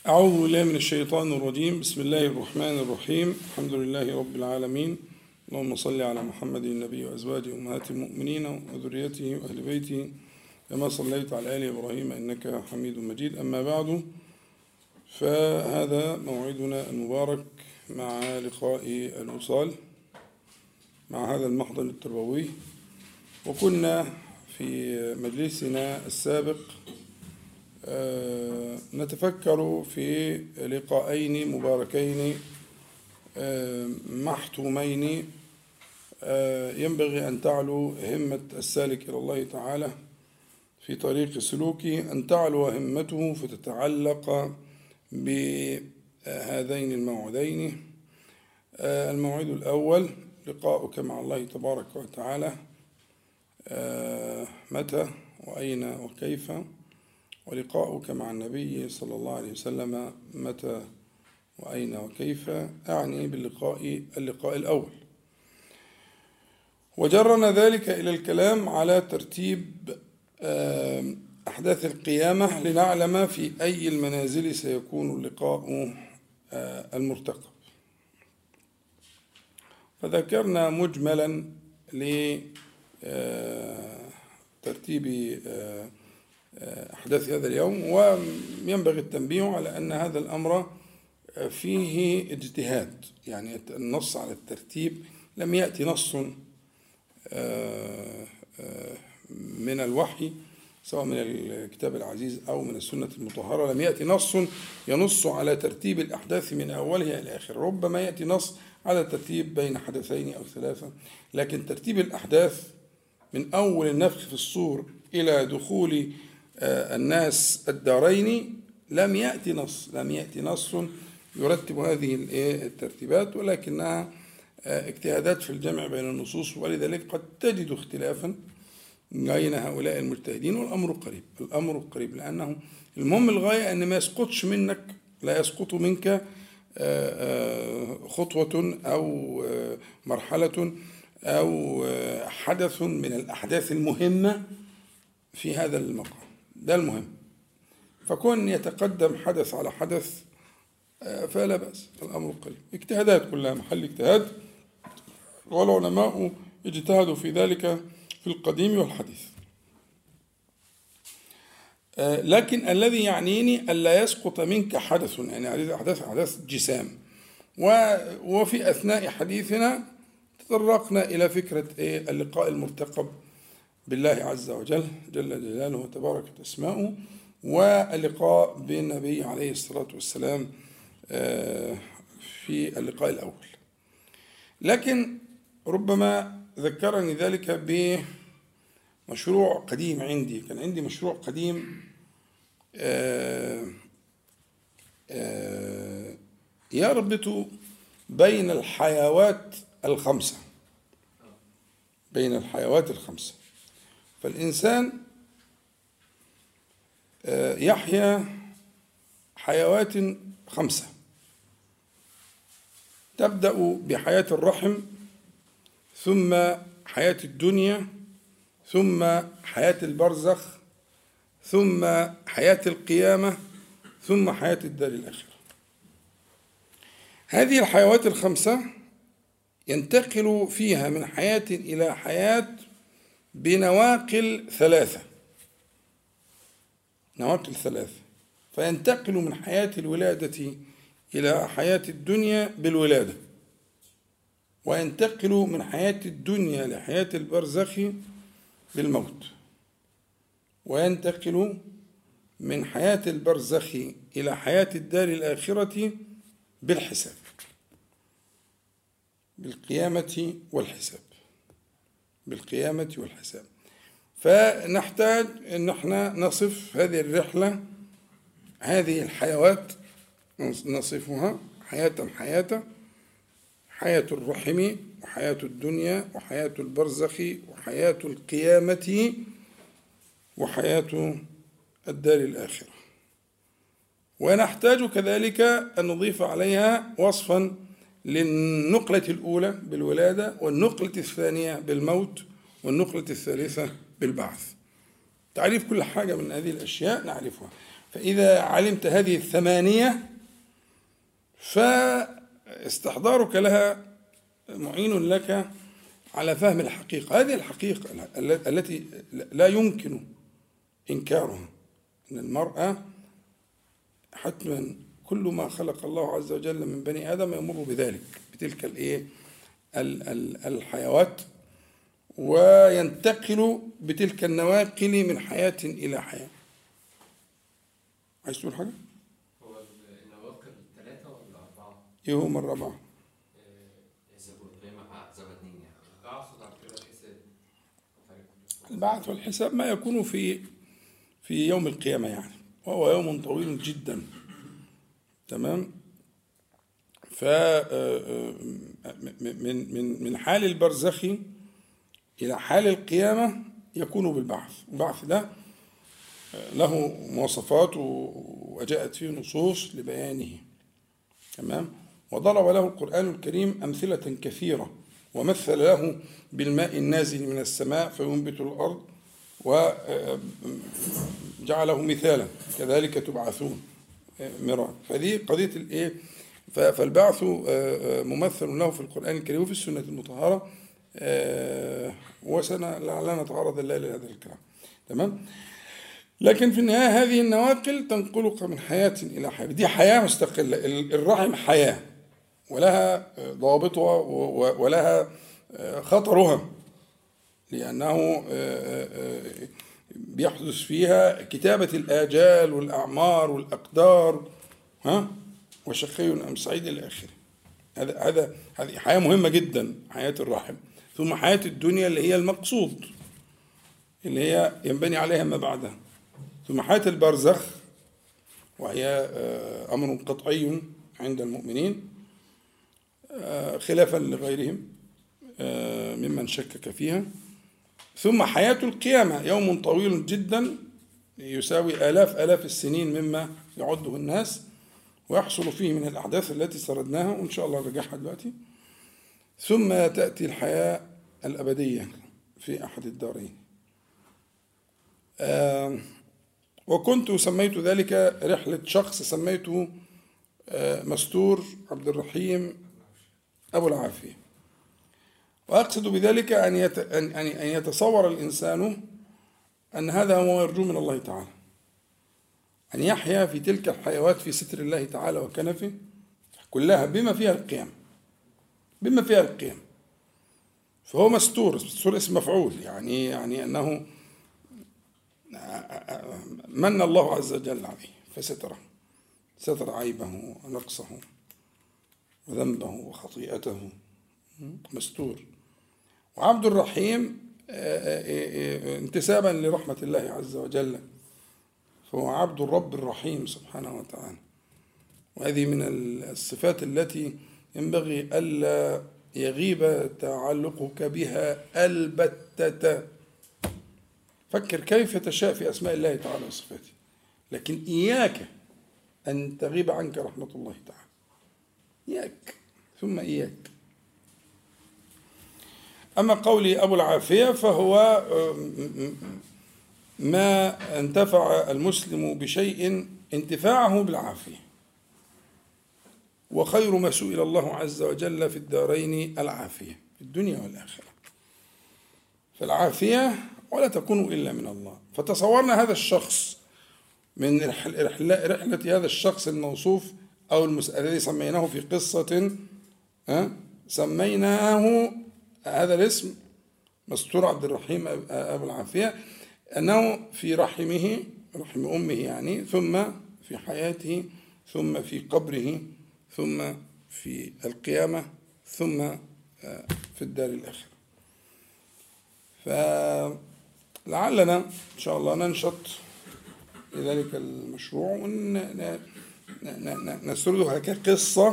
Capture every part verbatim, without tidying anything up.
أعوذ بالله من الشيطان الرجيم. بسم الله الرحمن الرحيم. الحمد لله رب العالمين. اللهم صل على محمد النبي وأزواجه أمهات المؤمنين وذريته وأهل بيته كما صليت على آل إبراهيم إنك حميد مجيد. أما بعد، فهذا موعدنا المبارك مع لقاء الوصال مع هذا المحضن التربوي. وكنا في مجلسنا السابق نتفكر في لقاءين مباركين محتومين ينبغي أن تعلو همة السالك إلى الله تعالى في طريق سلوكه، أن تعلو همته فتتعلق بهذين الموعدين. الموعد الأول لقاؤك مع الله تبارك وتعالى متى وأين وكيف، ولقاؤك مع النبي صلى الله عليه وسلم متى وأين وكيف، أعني باللقاء اللقاء الأول. وجرنا ذلك إلى الكلام على ترتيب أحداث القيامة لنعلم في أي المنازل سيكون اللقاء المرتقب. فذكرنا مجملا لترتيب أحداث هذا اليوم، وينبغي التنبيه على أن هذا الأمر فيه اجتهاد، يعني النص على الترتيب لم يأتي نص من الوحي سواء من الكتاب العزيز أو من السنة المطهرة، لم يأتي نص ينص على ترتيب الأحداث من أولها إلى آخر. ربما يأتي نص على ترتيب بين حدثين أو ثلاثة، لكن ترتيب الأحداث من أول النفخ في الصور إلى دخول الناس الدارين لم يأتي نص لم يأتي نص يرتب هذه الترتيبات، ولكنها اجتهادات في الجمع بين النصوص، ولذلك قد تجد اختلافا بين هؤلاء المجتهدين. والأمر قريب الأمر قريب لأنه المهم الغاية أن ما يسقطش منك، لا يسقط منك خطوة أو مرحلة أو حدث من الأحداث المهمة في هذا المقام، ده المهم. فكون يتقدم حدث على حدث فلا بأس، الأمر قريب. اجتهادات كلها محل اجتهاد، والعلماء اجتهدوا في ذلك في القديم والحديث. لكن الذي يعنيني ألا يسقط منك حدث، يعني أحداث أحداث جسام. وفي أثناء حديثنا تطرقنا إلى فكرة اللقاء المرتقب بالله عز وجل جل جلاله وتباركت أسماؤه، واللقاء بالنبي عليه الصلاة والسلام في اللقاء الأول. لكن ربما ذكرني ذلك بمشروع قديم عندي. كان عندي مشروع قديم يربط بين الحيوات الخمسة بين الحيوات الخمسة فالإنسان يحيا حيوات خمسة، تبدأ بحياة الرحم، ثم حياة الدنيا، ثم حياة البرزخ، ثم حياة القيامة، ثم حياة الدار الآخرة. هذه الحيوات الخمسة ينتقل فيها من حياة إلى حياة بنواقل ثلاثة نواقل ثلاثة فينتقل من حياة الولادة إلى حياة الدنيا بالولادة، وينتقل من حياة الدنيا لحياة البرزخ بالموت، وينتقل من حياة البرزخ إلى حياة الدار الآخرة بالحساب، بالقيامة والحساب بالقيامة والحساب. فنحتاج أن احنا نصف هذه الرحلة، هذه الحيوات نصفها حياة حياة حياة الرحم، وحياة الدنيا، وحياة البرزخ، وحياة القيامة، وحياة الدار الآخرة. ونحتاج كذلك أن نضيف عليها وصفا للنقلة الأولى بالولادة، والنقلة الثانية بالموت، والنقلة الثالثة بالبعث. تعريف كل حاجة من هذه الأشياء نعرفها. فإذا علمت هذه الثمانية فاستحضارك لها معين لك على فهم الحقيقة. هذه الحقيقة التي لا يمكن إنكارها، أن المرأة حتما كل ما خلق الله عز وجل من بني آدم يمر بذلك، بتلك الإيه الحيوات، وينتقل بتلك النواقل من حياة إلى حياة. عايز تقول حاجة؟ هو النواقل ثلاثة ولا أربعة؟ إيه هم الرابعة؟ البعث والحساب ما يكون في في يوم القيامة يعني، وهو يوم طويل جدا. تمام. ف من من من حال البرزخ إلى حال القيامة يكون بالبعث. البعث ده له مواصفات وجاءت فيه نصوص لبيانه. تمام. وضرب له القرآن الكريم أمثلة كثيرة، ومثل له بالماء النازل من السماء فينبت الأرض، وجعله مثالا كذلك تبعثون مرارا. فدي قضية الإيه؟ فالبعث ممثل له في القرآن الكريم وفي السنة المطهرة، وسنلعلنا نتعرض الليلة لهذا الكلام. تمام. لكن في النهاية هذه النواقل تنقلك من حياة إلى حياة. دي حياة مستقلة. الرحم حياة ولها ضوابطها ولها خطرها، لأنه بيحدث فيها كتابة الآجال والأعمار والأقدار، ها، وشقي أم سعيد إلى آخره. هذا هذا هذه حياة مهمة جدا، حياة الرحم. ثم حياة الدنيا اللي هي المقصود، اللي هي ينبني عليها ما بعدها. ثم حياة البرزخ، وهي أمر قطعي عند المؤمنين خلافا لغيرهم ممن شكك فيها. ثم حياة القيامة، يوم طويل جدا يساوي آلاف آلاف السنين مما يعده الناس، ويحصل فيه من الأحداث التي سردناها وإن شاء الله نرجعها دلوقتي. ثم تأتي الحياة الأبدية في أحد الدارين. آه وكنت سميت ذلك رحلة شخص سميته آه مستور عبد الرحيم أبو العافية. وأقصد بذلك أن أن يتصور الإنسان أن هذا هو يرجو من الله تعالى، أن يحيا في تلك الحيوات في ستر الله تعالى وكنفه كلها بما فيها القيام، بما فيها القيام. فهو مستور، مستور اسم مفعول، يعني يعني أنه من الله عز وجل عليه فستره، ستر عيبه ونقصه وذنبه وخطيئته، مستور. وعبد الرحيم انتسابا لرحمة الله عز وجل، فهو عبد الرب الرحيم سبحانه وتعالى. وهذه من الصفات التي ينبغي ألا يغيب تعلقك بها البتة. فكر كيف تشاء في أسماء الله تعالى وصفاته، لكن إياك أن تغيب عنك رحمة الله تعالى، إياك ثم إياك. أما قولي أبو العافية فهو ما انتفع المسلم بشيء انتفاعه بالعافية، وخير ما سئل الله عز وجل في الدارين العافية في الدنيا والآخرة. فالعافية ولا تكون إلا من الله. فتصورنا هذا الشخص من رحلة, رحلة هذا الشخص الموصوف أو الذي سميناه في قصة، سميناه هذا الاسم مستور عبد الرحيم أبو العافية، أنه في رحمه، رحم أمه يعني، ثم في حياته، ثم في قبره، ثم في القيامة، ثم في الدار الآخرة. فلعلنا إن شاء الله ننشط لذلك المشروع ونسردها كقصة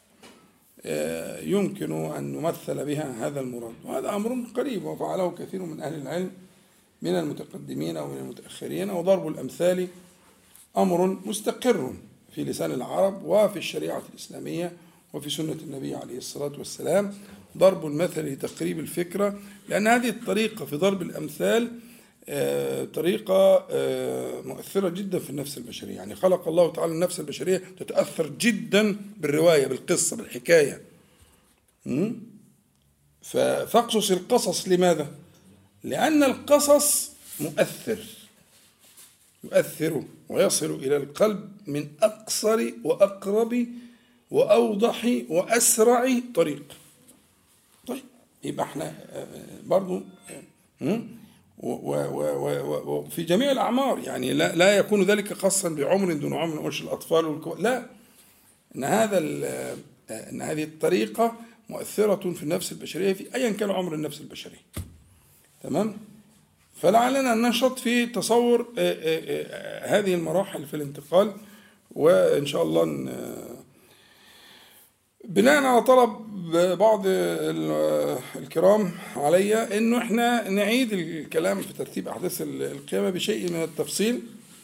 يمكن أن نمثل بها هذا المراد. وهذا أمر قريب وفعله كثير من أهل العلم من المتقدمين أو من المتأخرين. وضرب الأمثال أمر مستقر في لسان العرب وفي الشريعة الإسلامية وفي سنة النبي عليه الصلاة والسلام. ضرب المثل لتقريب الفكرة، لأن هذه الطريقة في ضرب الأمثال طريقة مؤثرة جدا في النفس البشرية. يعني خلق الله تعالى النفس البشرية تتأثر جدا بالرواية، بالقصة، بالحكاية. فاقصص القصص لماذا؟ لأن القصص مؤثر، يؤثر ويصل إلى القلب من أقصر وأقرب وأوضح وأسرع طريق. طيب يبقى احنا برضو وفي جميع الأعمار، يعني لا, لا يكون ذلك خاصا بعمر دون عمر، مش الأطفال والكو... لا، إن هذا إن هذه الطريقة مؤثرة في النفس البشرية في أيا كان عمر النفس البشرية. تمام؟ فلعلنا ننشط في تصور هذه المراحل في الانتقال، وإن شاء الله بناء على طلب بعض الكرام علي إنه إحنا نعيد الكلام في ترتيب أحداث القيامة بشيء من التفصيل،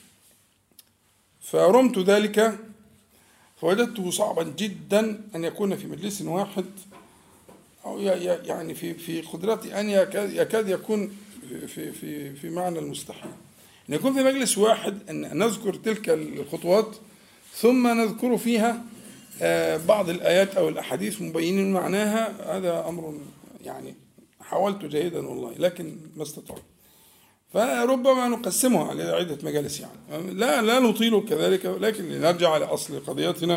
فرمت ذلك فوجدته صعبا جدا أن يكون في مجلس واحد، أو يعني في في قدرتي أن يكاد يكون في في في معنى المستحيل أن يكون في مجلس واحد أن نذكر تلك الخطوات ثم نذكر فيها بعض الآيات أو الأحاديث مبينين معناها. هذا أمر يعني حاولت جيدا والله، لكن ما استطعت. فربما نقسمها على عدة مجالس، يعني لا لا نطيل كذلك، لكن لنرجع لأصل قضيتنا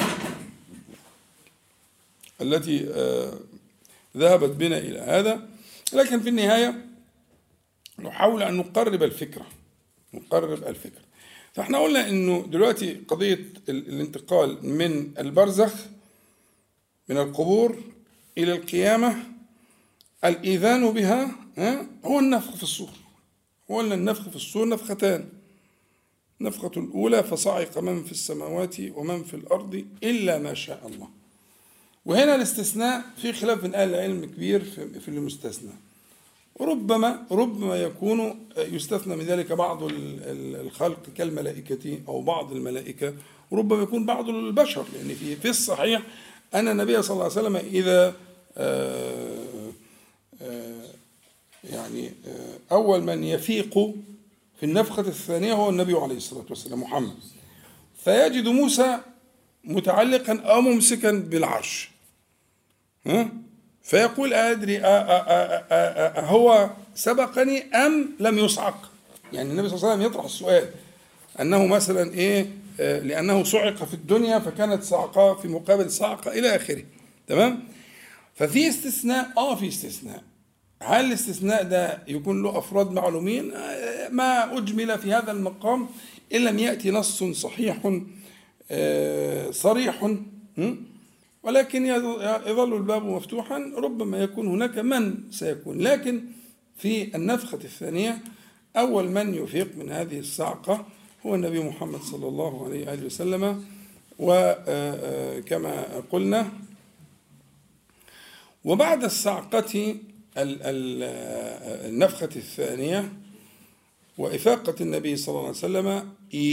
التي ذهبت بنا إلى هذا. لكن في النهاية نحاول أن نقرب الفكرة نقرب الفكرة فاحنا قلنا إنه دلوقتي قضية الانتقال من البرزخ، من القبور إلى القيامة، الإيذان بها هو النفخ في الصور. قلنا النفخ في الصور نفختان، نفخة الأولى فصعق من في السماوات ومن في الأرض إلا ما شاء الله. وهنا الاستثناء في خلاف من أهل العلم كبير في المستثنى، وربما ربما يكون يستثنى من ذلك بعض الخلق كالملائكة أو بعض الملائكة، وربما يكون بعض البشر، لأن يعني في في الصحيح أن النبي صلى الله عليه وسلم إذا آآ آآ يعني أول من يفيق في النفخة الثانية هو النبي عليه الصلاة والسلام محمد، فيجد موسى متعلقا أو ممسكا بالعرش، ها؟ فيقول أدري هو سبقني أم لم يصعق؟ يعني النبي صلى الله عليه وسلم يطرح السؤال أنه مثلا إيه، لأنه صعق في الدنيا فكانت صعقة في مقابل صعقة إلى آخره. تمام؟ ففي استثناء آه في استثناء. هل الاستثناء ده يكون له أفراد معلومين؟ ما أجمل في هذا المقام إن لم يأتي نص صحيح صريح، ولكن يظل الباب مفتوحا، ربما يكون هناك من سيكون. لكن في النفخة الثانية أول من يفيق من هذه الصعقة هو النبي محمد صلى الله عليه وآله وسلم. وكما قلنا وبعد الصعقة النفخة الثانية وإفاقة النبي صلى الله عليه وسلم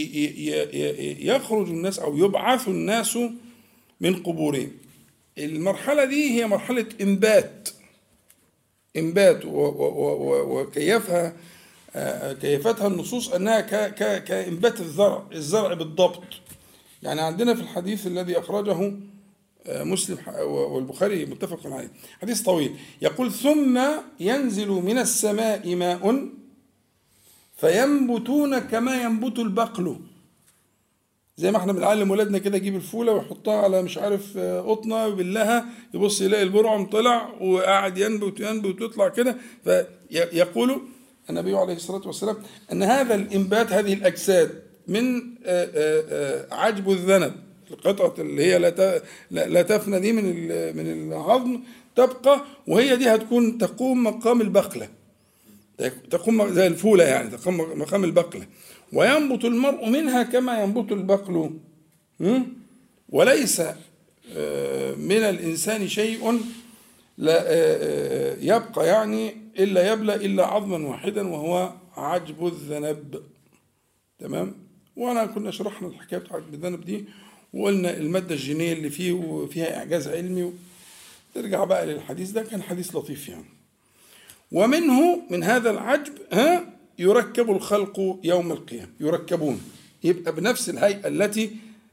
يخرج الناس أو يبعث الناس من قبورهم. المرحلة دي هي مرحلة إنبات إنبات وكيفها كيفتها النصوص أنها كإنبات الزرع الزرع بالضبط. يعني عندنا في الحديث الذي أخرجه مسلم والبخاري متفق عليه، حديث طويل، يقول ثم ينزل من السماء ماء فينبتون كما ينبت البقل. زي ما احنا بنعلم ولادنا كده، يجيب الفولة ويحطها على مش عارف قطنة وباللها، يبص يلاقي البرعم طلع وقاعد ينبت وينبت ويطلع كده. فيقول النبي عليه الصلاة والسلام أن هذا الإنبات، هذه الأجساد من عجب الذنب، القطعة اللي هي لا تفنى دي من من العظم تبقى، وهي دي هتكون تقوم مقام البقلة، تقوم زي الفولة يعني، تقوم مقام البقلة. وينبت المرء منها كما ينبت البقل، وليس من الإنسان شيء لا يبقى يعني إلا يبلى إلا عظما واحدا وهو عجب الذنب. تمام؟ وأنا كنا شرحنا الحكاية بتاعت عجب الذنب دي، وقلنا المادة الجينية اللي فيه وفيها إعجاز علمي. ترجع بقى للحديث ده، كان حديث لطيف يعني. ومنه من هذا العجب ها يركب الخلق يوم القيامة، يركبون، يبقى بنفس الهيئة التي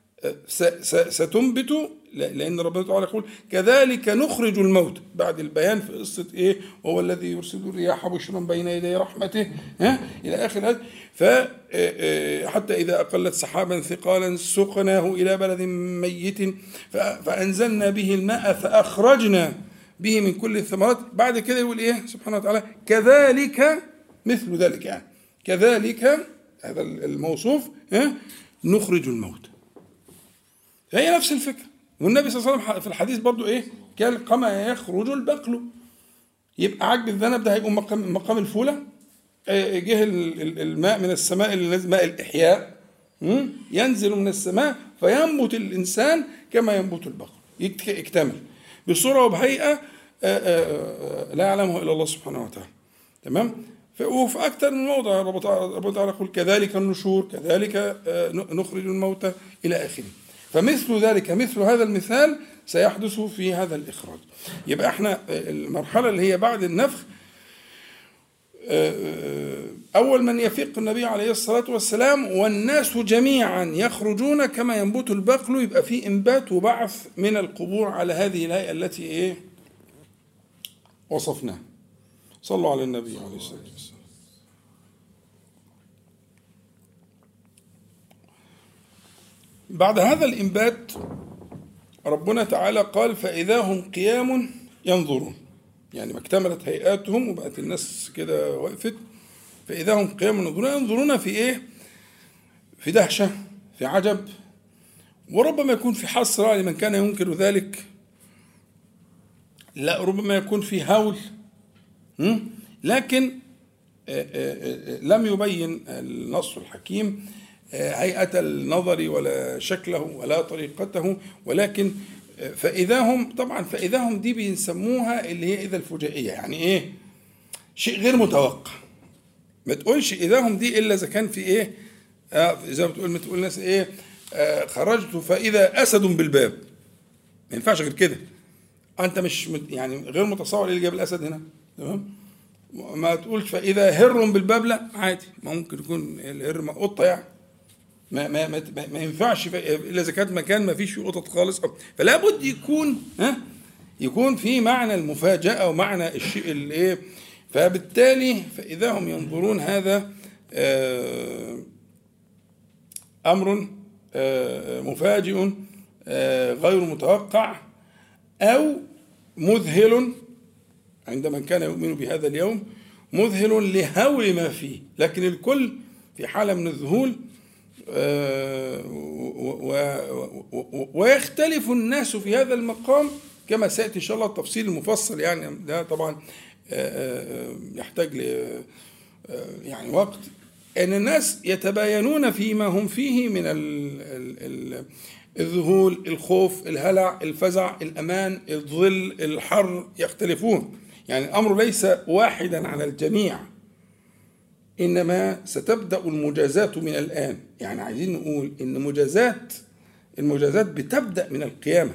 ستنبت، لأن ربنا تعالى يقول كذلك نخرج الموت، بعد البيان في قصة إيه، وهو الذي يرسل الرياح بشرا بين يدي رحمته، ها إلى آخر هذا. فحتى إذا أقلت سحابا ثقالا سقناه إلى بلد ميت فأنزلنا به الماء فأخرجنا به من كل الثمرات. بعد كده يقول إيه سبحانه وتعالى كذلك مثل ذلك، يعني كذلك هذا الموصوف، ها نخرج الموت. هي نفس الفكرة. والنبي صلى الله عليه وسلم في الحديث برضو ايه قال كما يخرج البقل. يبقى عجب الذنب ده هيقوم مقام, مقام الفولة. جه الماء من السماء اللي نازل ماء الإحياء ينزل من السماء فينبت الإنسان كما ينبت البقل، يكتمل بصورة وبهيئة لا يعلمه إلا الله سبحانه وتعالى. تمام. وفي أكثر من موضع ربنا تعالى يقول كذلك النشور، كذلك نخرج الموتى إلى آخره. فمثل ذلك، مثل هذا المثال سيحدث في هذا الإخراج. يبقى احنا المرحلة اللي هي بعد النفخ، أول من يفيق النبي عليه الصلاة والسلام والناس جميعا يخرجون كما ينبت البقل، يبقى في إنبات وبعث من القبور على هذه الهيئة التي إيه وصفناها. صلوا على النبي عليه الصلاة والسلام. بعد هذا الإنبات ربنا تعالى قال فإذا هم قيام ينظرون، يعني ما اكتملت هيئاتهم وبقت الناس كده وقفت، فإذا هم قيام ينظرون. ينظرون في إيه؟ في دهشة، في عجب، وربما يكون في حسرة لمن كان ينكر ذلك، لا ربما يكون في هول، لكن لم يبين النص الحكيم هيئة النظر ولا شكله ولا طريقته، ولكن فإذا هم، طبعا فإذا هم دي بيسموها اللي هي إذا الفجائية، يعني إيه؟ شيء غير متوقع. ما تقولش إذا هم دي إلا إذا كان في إيه؟ آه زي ما بتقول ما تقول الناس إيه؟ آه خرجت فإذا أسد بالباب. ما ينفعش غير كده. أنت مش يعني غير متصور إيه اللي جاب الأسد هنا، تمام؟ ما تقولش فإذا هر بالباب، لا عادي، ممكن يكون الهر قطة يعني. ما ما ما, ما ينفعش الا اذا كانت مكان ما فيش فيه قطط خالص، فلا بد يكون ها يكون في معنى المفاجاه ومعنى الشيء اللي ايه. فبالتالي فاذا هم ينظرون هذا امر مفاجئ غير متوقع او مذهل عند من كان يؤمن بهذا اليوم، مذهل لهول ما فيه، لكن الكل في حاله من الذهول. ويختلف الناس في هذا المقام كما سيأتي إن شاء الله التفصيل المفصل، يعني ده طبعا يحتاج ل يعني وقت، أن الناس يتباينون فيما هم فيه من الذهول، الخوف، الهلع، الفزع، الأمان، الظل، الحر، يختلفون. يعني الأمر ليس واحدا على الجميع، إنما ستبدأ المجازات من الآن. يعني عايزين نقول إن مجازات المجازات بتبدأ من القيامة،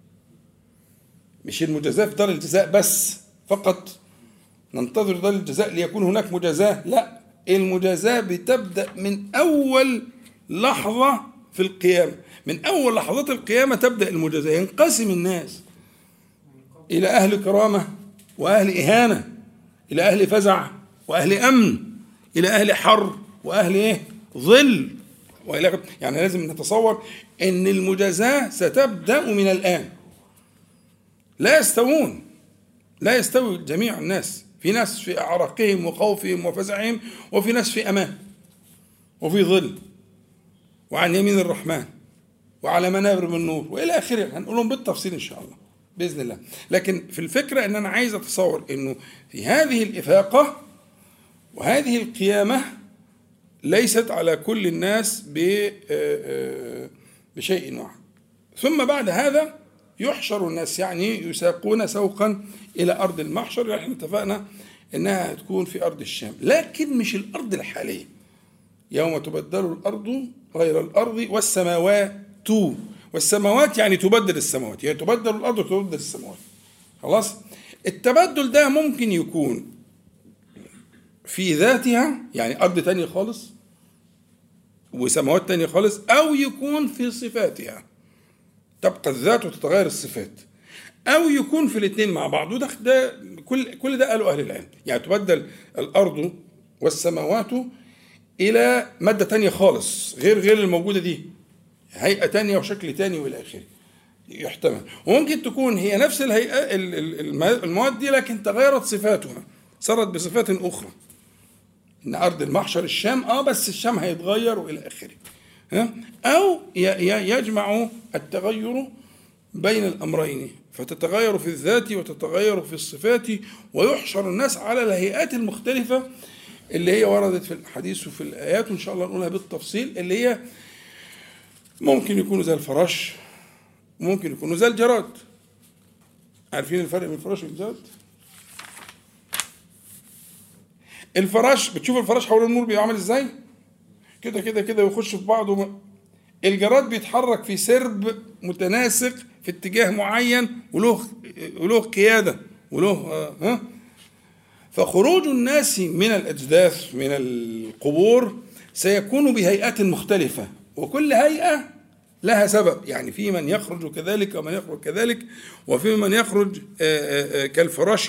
مش المجازات في دار الجزاء بس فقط ننتظر دار الجزاء ليكون هناك مجازاة، لا، المجازاة بتبدأ من أول لحظة في القيامة. من أول لحظات القيامة تبدأ المجازاة. ينقسم الناس إلى أهل كرامة وأهل إهانة، إلى أهل فزع وأهل أمن، إلى أهل حر وأهل إيه؟ ظل. يعني لازم نتصور أن المجازاة ستبدأ من الآن. لا يستوون، لا يستوي جميع الناس، في ناس في أعراقهم وخوفهم وفزعهم، وفي ناس في أمان وفي ظل وعن يمين الرحمن وعلى منابر من نور وإلى آخره. هنقولهم بالتفصيل إن شاء الله بإذن الله. لكن في الفكرة أن أنا عايز أتصور أنه في هذه الإفاقة وهذه القيامة ليست على كل الناس بشيء واحد. ثم بعد هذا يحشر الناس، يعني يساقون سوقا إلى أرض المحشر. احنا اتفقنا أنها هتكون في أرض الشام، لكن مش الأرض الحالية. يوم تبدل الأرض غير الأرض والسماوات، والسماوات يعني تبدل السماوات، يعني تبدل الأرض وتبدل السماوات. خلاص. التبدل ده ممكن يكون في ذاتها، يعني أرض تانية خالص وسماوات تانية خالص، أو يكون في صفاتها تبقى الذات وتتغير الصفات، أو يكون في الاثنين مع بعض. وده ده كل كل ده قالوا أهل العلم، يعني تبدل الأرض والسماوات إلى مادة تانية خالص غير غير الموجودة دي، هيئة تانية وشكل تاني وإلى آخره، يحتمل. وممكن تكون هي نفس الهيئة المواد دي، لكن تغيرت صفاتها، صارت بصفات أخرى. إن أرض المحشر الشام آه بس الشام هيتغير وإلى آخره. أو يجمع التغير بين الأمرين، فتتغير في الذات وتتغير في الصفات، ويحشر الناس على الهيئات المختلفة اللي هي وردت في الحديث وفي الآيات، وإن شاء الله نقولها بالتفصيل، اللي هي ممكن يكونوا زي الفراش، ممكن يكونوا زي الجراد. عارفين الفرق بين الفراش والجراد؟ الفراش بتشوف الفراش حول النور بيعمل ازاي؟ كده كده كده ويخش في بعضه. الجراد بيتحرك في سرب متناسق في اتجاه معين، وله وله قيادة وله ها. فخروج الناس من الأجداث من القبور سيكون بهيئات مختلفة، وكل هيئة لها سبب. يعني في من يخرج كذلك ومن يخرج كذلك، وفي من يخرج كالفراش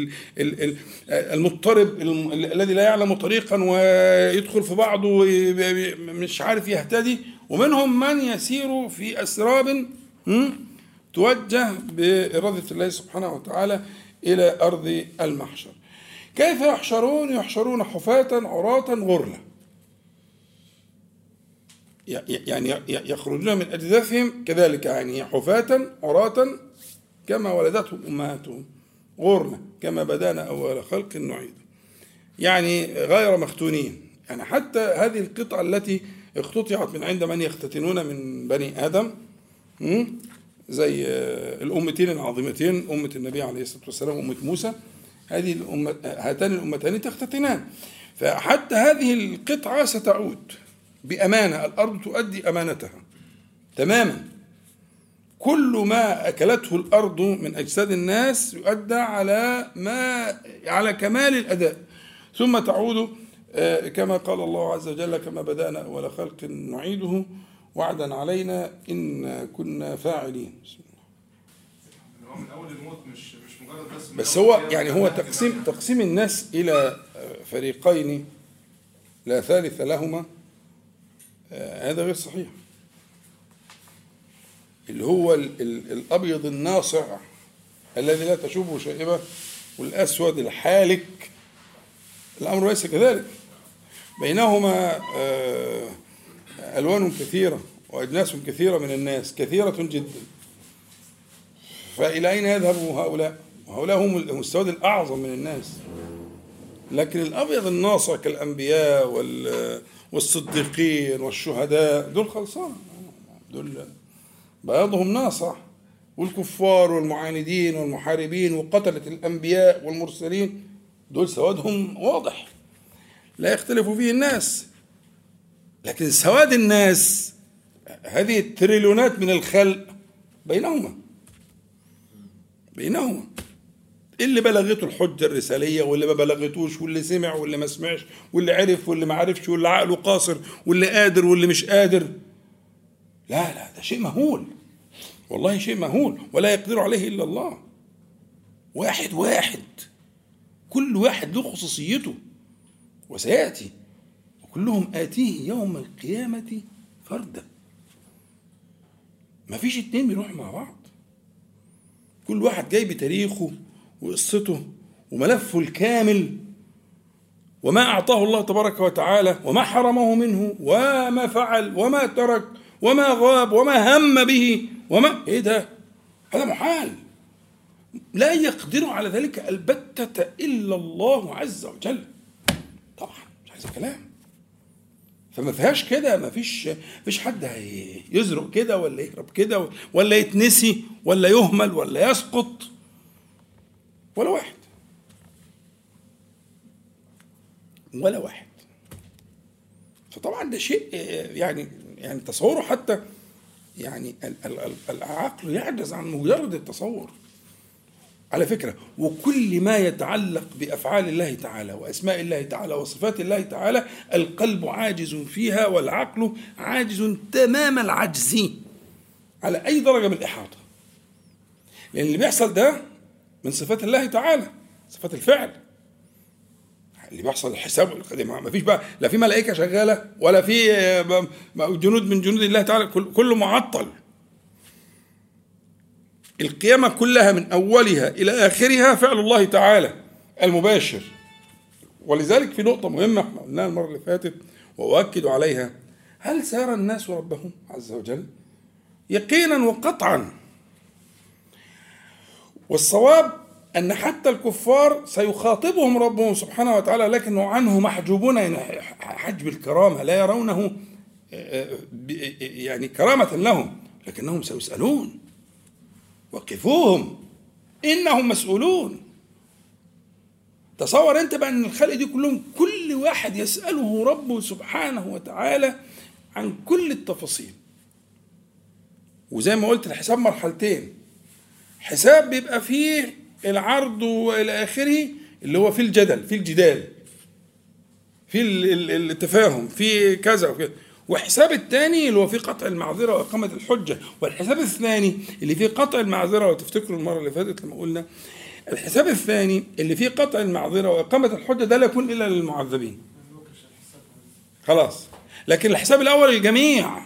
المضطرب الذي لا يعلم طريقا ويدخل في بعضه مش عارف يهتدي، ومنهم من يسير في أسراب توجه بإرادة الله سبحانه وتعالى إلى أرض المحشر. كيف يحشرون؟ يحشرون حفاة عراة غرلا، يعني يخرجون من أجداثهم كذلك، يعني حفاة عراة كما ولدتهم أمهاتهم، غرلا كما بدأنا أول خلق نعيد، يعني غير مختونين. يعني حتى هذه القطعة التي اختطعت من عند من يختتنون من بني آدم، زي الأمتين العظيمتين، أمة النبي عليه الصلاة والسلام وأمة موسى، هذه الأمة هاتان الأمتان تختتنان. فحتى هذه القطعة ستعود بأمانة، الأرض تؤدي أمانتها تماما. كل ما أكلته الأرض من أجساد الناس يؤدى على ما على كمال الأداء، ثم تعود كما قال الله عز وجل: كما بدأنا أول خلق نعيده وعدا علينا إن كنا فاعلين. من أول الموت مش مش مجرد بس بس هو يعني هو تقسيم تقسيم الناس إلى فريقين لا ثالث لهما، هذا غير صحيح. اللي هو ال ال الأبيض الناصع الذي لا تشوبه شائبة، والأسود الحالك الأمر ليس كذلك. بينهما ألوان كثيرة وأجناس كثيرة من الناس، كثيرة جدا. فإلى أين يذهب هؤلاء؟ وهؤلاء هم السواد الأعظم من الناس. لكن الأبيض الناصع كالأنبياء والصديقين والشهداء دول خلصان، دول بياضهم ناصع. والكفار والمعاندين والمحاربين وقتلة الأنبياء والمرسلين دول سوادهم واضح لا يختلف فيه الناس. لكن سواد الناس هذه التريليونات من الخلق بينهما بينهما اللي بلغته الحجة الرسالية واللي ما بلغتوش، واللي سمع واللي ما سمعش، واللي عرف واللي ما عرفش، واللي عقله قاصر واللي قادر واللي مش قادر. لا لا ده شيء مهول، والله شيء مهول، ولا يقدر عليه إلا الله. واحد واحد، كل واحد له خصوصيته وسيأتي، وكلهم آتيه يوم القيامة فردا. ما فيش اتنين بيروحوا مع بعض، كل واحد جاي بتاريخه وقصته وملفه الكامل، وما أعطاه الله تبارك وتعالى وما حرمه منه وما فعل وما ترك وما غاب وما هم به وما إيه ده؟ هذا محال، لا يقدر على ذلك البتة إلا الله عز وجل. طبعا مش عايز كلام، فما فيهاش كده، ما فيش فيش حد يزرق كده ولا يهرب كده ولا يتنسي ولا يهمل ولا يسقط، ولا واحد ولا واحد. فطبعا ده شيء يعني يعني تصوره حتى يعني العقل يعجز عن مجرد التصور. على فكرة، وكل ما يتعلق بأفعال الله تعالى وأسماء الله تعالى وصفات الله تعالى القلب عاجز فيها والعقل عاجز تمام العجز على أي درجة من الإحاطة، لأن اللي بيحصل ده من صفات الله تعالى، صفات الفعل. اللي بيحصل الحساب والقدم، ما فيش بقى لا في ملائكة شغالة ولا في جنود من جنود الله تعالى، كله معطل. القيامة كلها من أولها إلى آخرها فعل الله تعالى المباشر. ولذلك في نقطة مهمة احنا قلناها المرة اللي فاتت وأؤكد عليها: هل سار الناس ربهم عز وجل؟ يقينا وقطعا. والصواب أن حتى الكفار سيخاطبهم ربهم سبحانه وتعالى، لكنه عنه محجوبون، يعني حجب الكرامة، لا يرونه يعني كرامة لهم، لكنهم سيسألون. وقفوهم إنهم مسؤولون. تصور أنت بقى أن الخلق دي كلهم كل واحد يسأله ربه سبحانه وتعالى عن كل التفاصيل. وزي ما قلت الحساب مرحلتين: حساب بيبقى فيه العرض وإلى آخره، اللي هو في الجدل، في الجدال، في التفاهم، في كذا وكذا. وحساب الثاني اللي هو فيه قطع المعذرة وإقامة الحجة. والحساب الثاني اللي فيه قطع المعذرة، وتفتكروا المرة اللي فاتت لما قلنا الحساب الثاني اللي فيه قطع المعذرة وإقامة الحجة ده لا يكون إلا للمعذبين خلاص. لكن الحساب الأول الجميع،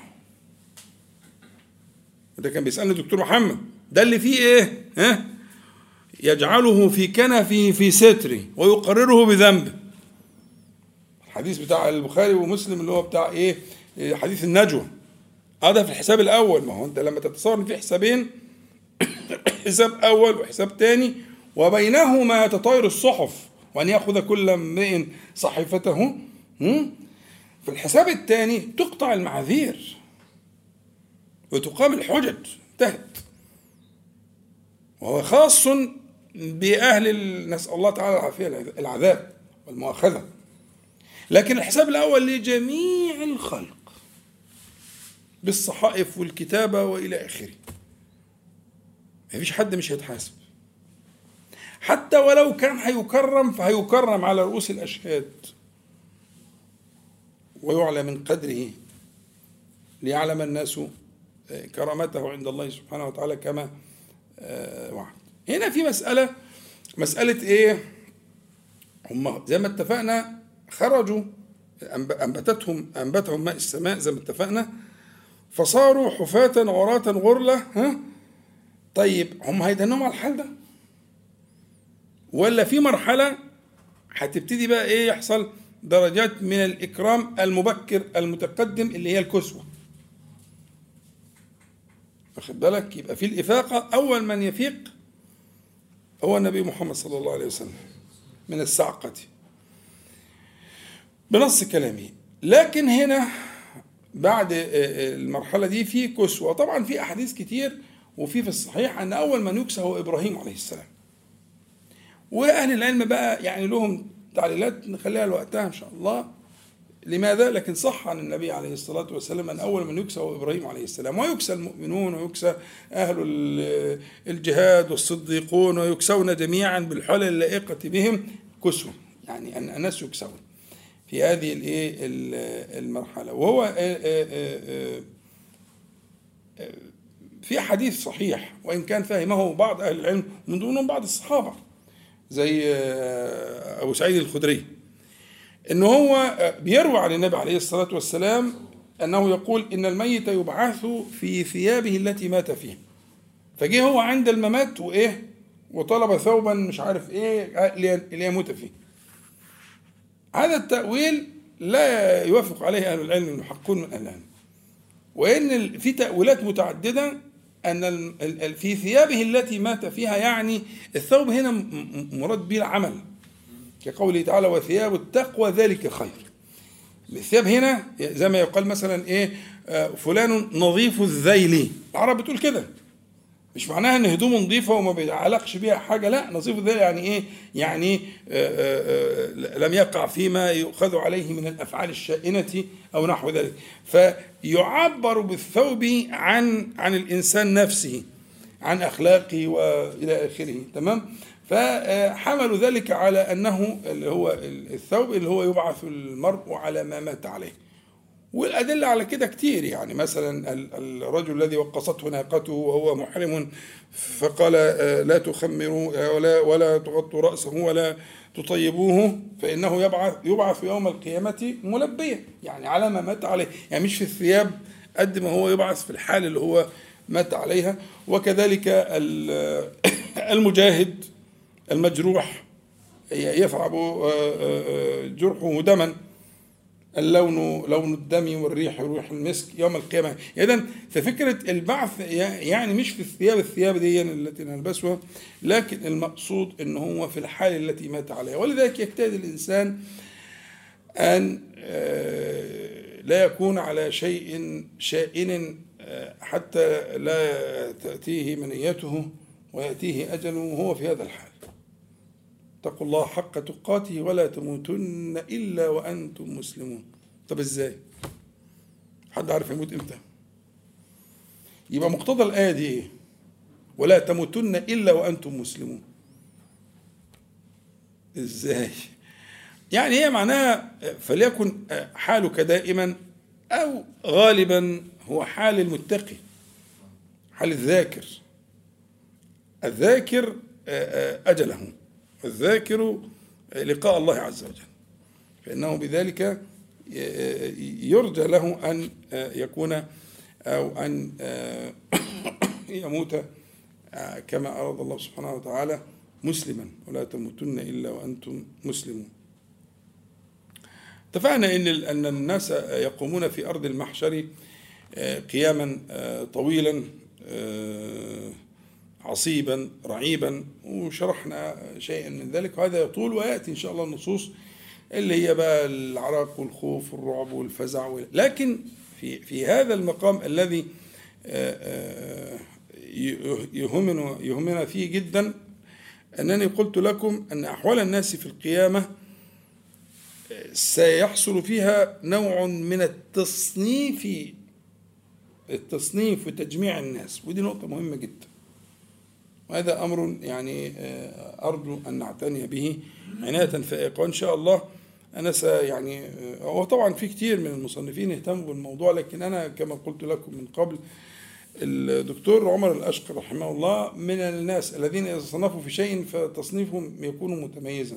ده كان بيسألني دكتور محمد، ده اللي فيه إيه؟ ها؟ يجعله في كنفه في ستره ويقرره بذنبه. الحديث بتاع البخاري ومسلم اللي هو بتاع ايه؟ حديث النجوى. هذا في الحساب الاول. ما هو انت لما تتصور ان في حسابين حساب اول وحساب تاني وبينهما تطاير الصحف وان ياخذ كل امرئ صحيفته، في الحساب الثاني تقطع المعاذير وتقام الحجج، انتهت. وهو خاص بأهل نسأل الله تعالى العافية العذاب والمؤاخذة. لكن الحساب الأول لجميع الخلق بالصحائف والكتابة وإلى آخره. ما فيش حد مش هيتحاسب، حتى ولو كان هيكرم فهيكرم على رؤوس الأشهاد ويعلى من قدره ليعلم الناس كرامته عند الله سبحانه وتعالى كما وعد. هنا في مسألة مسألة إيه؟ هم زي ما اتفقنا خرجوا، أنبتتهم أنبتهم ماء السماء زي ما اتفقنا، فصاروا حفاة عراة غرلة. ها؟ طيب هم هيدنهم على الحال ده؟ ولا في مرحلة هتبتدي بقى إيه يحصل؟ درجات من الإكرام المبكر المتقدم اللي هي الكسوة. واخد بالك؟ يبقى في الإفاقة أول من يفيق هو النبي محمد صلى الله عليه وسلم من الصعقة بنص كلامه. لكن هنا بعد المرحلة دي في كسوة. طبعا في أحاديث كتير وفي في الصحيح أن أول من يكسى هو إبراهيم عليه السلام. وأهل العلم بقى يعني لهم تعليلات نخليها لوقتها إن شاء الله لماذا، لكن صح عن النبي عليه الصلاة والسلام أن أول من يكسى هو إبراهيم عليه السلام، ويكسى المؤمنون ويكسى أهل الجهاد والصديقون ويكسون جميعا بالحلل اللائقة بهم كسوة، يعني أن الناس يكسون في هذه المرحلة. وهو في حديث صحيح وإن كان فهمه بعض أهل العلم من ضمنهم بعض الصحابة زي أبو سعيد الخدري، إنه هو بيروي عن النبي عليه الصلاة والسلام أنه يقول إن الميت يبعث في ثيابه التي مات فيها. فجه هو عند الممات وإيه وطلب ثوبا مش عارف إيه ليموت فيه. هذا التأويل لا يوافق عليه أهل العلم المحققون من أهل العلم، وإن في تأويلات متعددة أن في ثيابه التي مات فيها، يعني الثوب هنا مراد به العمل كقوله تعالى وثياب التقوى ذلك خير. الثياب هنا زي ما يقال مثلا إيه فلان نظيف الذيل، العرب بتقول كده، مش معناها ان هدومه نظيفه وما بيعلقش بيها حاجه، لا، نظيف الذيل يعني ايه؟ يعني آآ آآ لم يقع فيما يؤخذ عليه من الافعال الشائنه او نحو ذلك. فيعبر بالثوب عن عن الانسان نفسه، عن أخلاقه وإلى آخره. تمام. فحملوا ذلك على أنه اللي هو الثوب اللي هو يبعث المرء على ما مات عليه. والأدلة على كده كتير، يعني مثلا الرجل الذي وقصته ناقته وهو محرم فقال لا تخمروا ولا ولا تغطوا رأسه ولا تطيبوه فإنه يبعث يبعث يوم القيامة ملبيا، يعني على ما مات عليه، يعني مش في الثياب قد ما هو يبعث في الحال اللي هو مات عليها. وكذلك المجاهد المجروح يفعب جرحه دما، اللون لون الدم والريح ريح المسك يوم القيامة. إذن ففكرة البعث يعني مش في الثياب الثياب دي التي نلبسها، لكن المقصود إن هو في الحال التي مات عليها. ولذلك يجتهد الإنسان أن لا يكون على شيء شائن حتى لا تأتيه منيته ويأتيه أجله وهو في هذا الحال. اتقوا الله حق تقاته ولا تموتن إلا وأنتم مسلمون. طب إزاي؟ حد عارف يموت إمتى؟ يبقى مقتضى الآية دي إيه؟ ولا تموتن إلا وأنتم مسلمون. إزاي؟ يعني هي معناها فليكن حالك دائما أو غالبا هو حال المتقي، حال الذاكر. الذاكر أجله، الذاكر لقاء الله عز وجل، فإنه بذلك يرجى له أن يكون أو أن يموت كما أراد الله سبحانه وتعالى مسلما، ولا تموتن إلا وأنتم مسلمون. اتفقنا إن أن الناس يقومون في أرض المحشر قياما طويلا عصيبا رعيبا، وشرحنا شيئا من ذلك، وهذا يطول ويأتي إن شاء الله النصوص اللي هي بقى العرق والخوف والرعب والفزع. لكن في في هذا المقام الذي يهمنا يهمنا فيه جدا، أنني قلت لكم أن أحوال الناس في القيامة سيحصل فيها نوع من التصنيف التصنيف وتجميع الناس، ودي نقطة مهمة جدا، وهذا أمر يعني أرجو أن نعتني به عناية فائقة. وإن شاء الله أنا س يعني هو طبعا في كتير من المصنفين يهتموا بالموضوع، لكن أنا كما قلت لكم من قبل الدكتور عمر الأشقر رحمه الله من الناس الذين إذا صنفوا في شيء فتصنيفهم يكون متميزا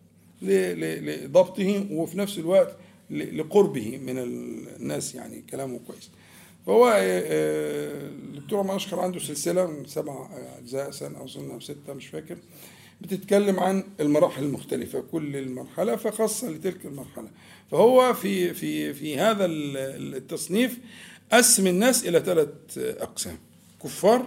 لضبطه وفي نفس الوقت لقربه من الناس، يعني كلامه كويس. فهو الدكتور عمر الأشقر عنده سلسلة من سبع أجزاء سنة أو سنة أو ستة مش فاكر، بتتكلم عن المراحل المختلفة، كل المرحلة فخاصة لتلك المرحلة. فهو في في في هذا التصنيف قسم الناس إلى ثلاث أقسام: كفار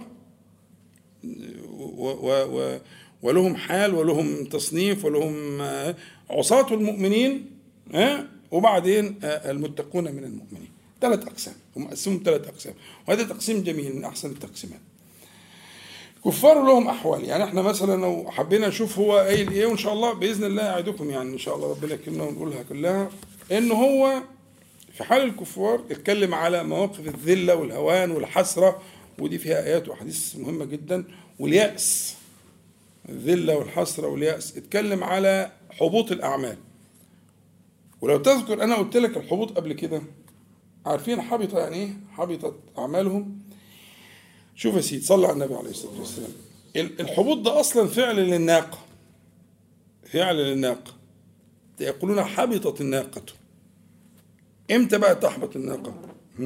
و و ولهم حال ولهم تصنيف ولهم عصاة المؤمنين، وبعدين المتقون من المؤمنين. ثلاث أقسام، هم قسموا ثلاث أقسام، وهذا تقسيم جميل من أحسن التقسيمات. كفار لهم أحوال، يعني احنا مثلا لو حبينا نشوف هو قايل إيه، وإن شاء الله بإذن الله أعدكم يعني إن شاء الله ربنا يكرمنا ونقولها كلها، إن هو في حال الكفار اتكلم على مواقف الذلة والهوان والحسرة، ودي فيها آيات وحديث مهمة جدا، واليأس، الذلة والحسرة واليأس. اتكلم على حبوط الأعمال، ولو تذكر أنا قلت لك الحبوط قبل كده، عارفين حبط يعني إيه؟ حبطت أعمالهم. شوف يا سيدي، صلى على النبي عليه الصلاة والسلام. الحبوط ده أصلا فعل للناقة، فعل للناقة. يقولون حبطت الناقة. إمتى بقى تحبط الناقة؟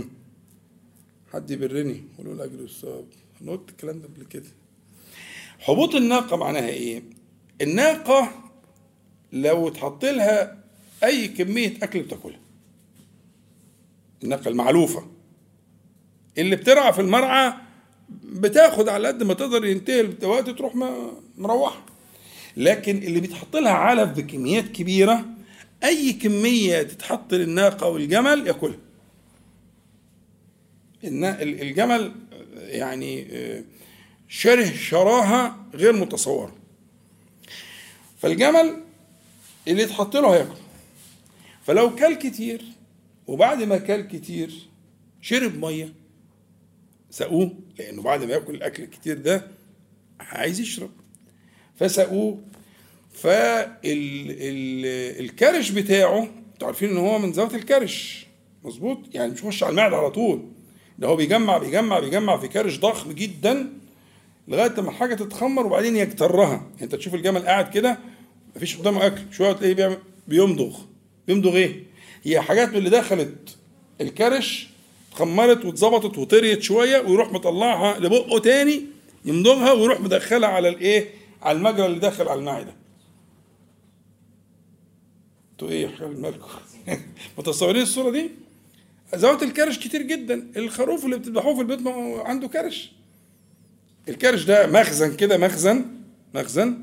حد يبرني قولوا له أجر الصواب، أنا قلت الكلام ده قبل كده. حبوط الناقة معناها إيه؟ الناقة لو تحط لها أي كمية أكل بتاكلها، الناقة المعلوفة اللي بترعى في المرعى بتاخد على قد ما تقدر، ينتهي الوقت تروح مروحة. لكن اللي بيتحط لها علف بكميات كبيرة، أي كمية تتحط للناقة والجمل يأكلها. الجمل يعني شره شراهة غير متصورة، فالجمل اللي يتحط له هياكل. فلو كل كتير وبعد ما كل كتير شرب مية سقوه لأنه بعد ما يأكل الأكل الكتير ده عايز يشرب، فسقوه. فالكرش بتاعه انتوا عارفين ان هو من ذوات الكرش، مظبوط؟ يعني مش يخش على المعده على طول، ده هو بيجمع بيجمع بيجمع في كرش ضخم جدا لغايه لما الحاجه تتخمر وبعدين يجترها. يعني انت تشوف الجمل قاعد كده مفيش قدامه اكل، شويه تلاقيه بيعمل بيمضغ. بيمضغ ايه؟ هي حاجات من اللي دخلت الكرش اتخمرت واتظبطت وطريت شويه، ويروح مطلعها لبقه تاني يمضغها ويروح مدخلها على الايه؟ على المجرى اللي داخل على المعده. انتوا ايه يا حبايب مالكم؟ متصورين الصوره دي؟ ذوات الكرش كتير جدا. الخروف اللي بتذبحوه في البيت عنده كرش. الكرش ده مخزن كده، مخزن مخزن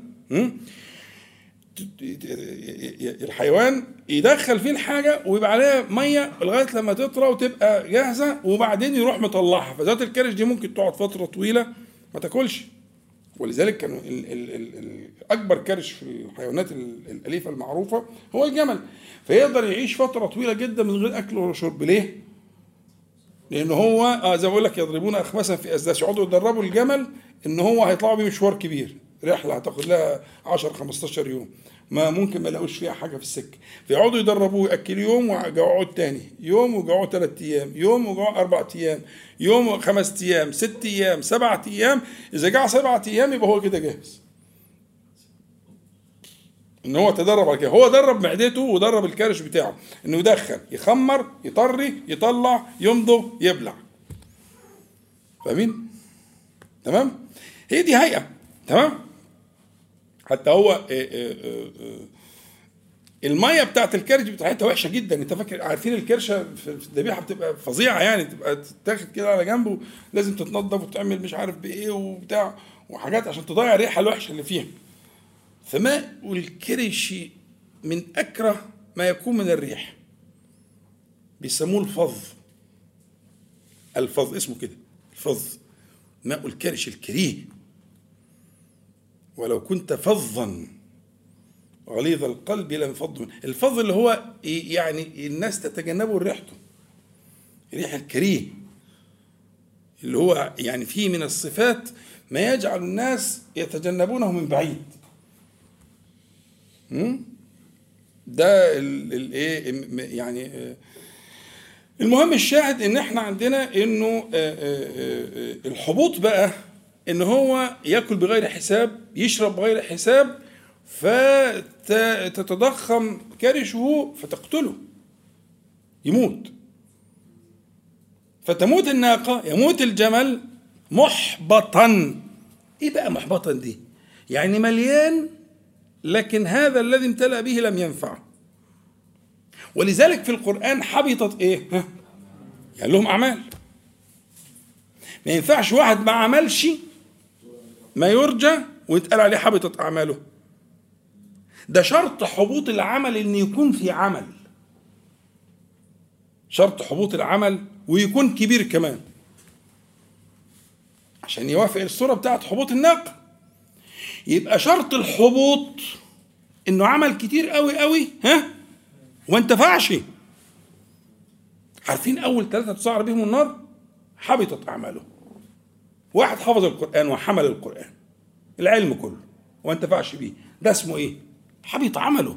الحيوان يدخل فيه الحاجه ويبقى عليها ميه لغايه لما تطرى وتبقى جاهزه وبعدين يروح مطلعها. فذات الكرش دي ممكن تقعد فتره طويله ما تاكلش، ولذلك كانوا ال ال ال ال اكبر كرش في الحيوانات الاليفه المعروفه هو الجمل، فيقدر يعيش فتره طويله جدا من غير اكل ولا شرب. ليه؟ لان هو اه زي ما بقول لك يضربون اخماسا في اسداس، يقعدوا يدربوا الجمل ان هو هيطلعوا بيه مشوار كبير، رحله هتاخد لها عشرة خمستاشر يوم، ما ممكن ما يلاقوش فيها حاجه في السكه، فيقعدوا يدربوه ياكل يوم ويقعد تاني يوم ويقعد ثلاث ايام، يوم ويقعد اربع ايام، يوم خمس ايام، ست ايام، سبعة ايام. اذا قعد سبعة ايام يبقى هو كده جاهز ان هو تدرب على كده. هو درب معدته ودرب الكرش بتاعه انه يدخل يخمر يطري يطلع يمضغ يبلع. فاهمين؟ تمام؟ هي دي هيئه. تمام؟ حتى هو الميه بتاعت الكرش بتاعتها وحشه جدا. انت فاكر عارفين الكرشه في الذبيحه بتبقى فظيعه، يعني تبقى تتاخد كده على جنبه لازم تتنضف وتعمل مش عارف بايه وبتاع وحاجات عشان تضيع الريحه الوحشه اللي فيها. فماء الكرش من اكره ما يكون من الريح، بيسموه الفظ. الفظ اسمه كده، الفظ، ماء الكرش الكريه. ولو كنت فظا غليظ القلب لانفضوا منه. الفظ اللي هو يعني الناس تتجنبه ريحته، ريح الكريه، اللي هو يعني فيه من الصفات ما يجعل الناس يتجنبونه من بعيد. ده الايه يعني. المهم الشاهد ان احنا عندنا انه الحبوط بقى ان هو ياكل بغير حساب، يشرب بغير حساب، فتتضخم كرشه فتقتله، يموت. فتموت الناقة، يموت الجمل محبطا. ايه بقى محبطا دي؟ يعني مليان لكن هذا الذي امتلأ به لم ينفعه. ولذلك في القرآن حبطت ايه؟ ها؟ يعني لهم اعمال. ما ينفعش واحد ما عملش ما يرجى ويتقال عليه حبطت اعماله. ده شرط حبوط العمل ان يكون في عمل، شرط حبوط العمل ويكون كبير كمان عشان يوافق الصورة بتاعت حبوط الناقة. يبقى شرط الحبوط انه عمل كتير قوي قوي ها وما انتفعش. عارفين اول ثلاثة تسعر بهم النار؟ حبطت اعماله. واحد حفظ القرآن وحمل القرآن العلم كله وما انتفعش بيه، ده اسمه ايه؟ حبط عمله.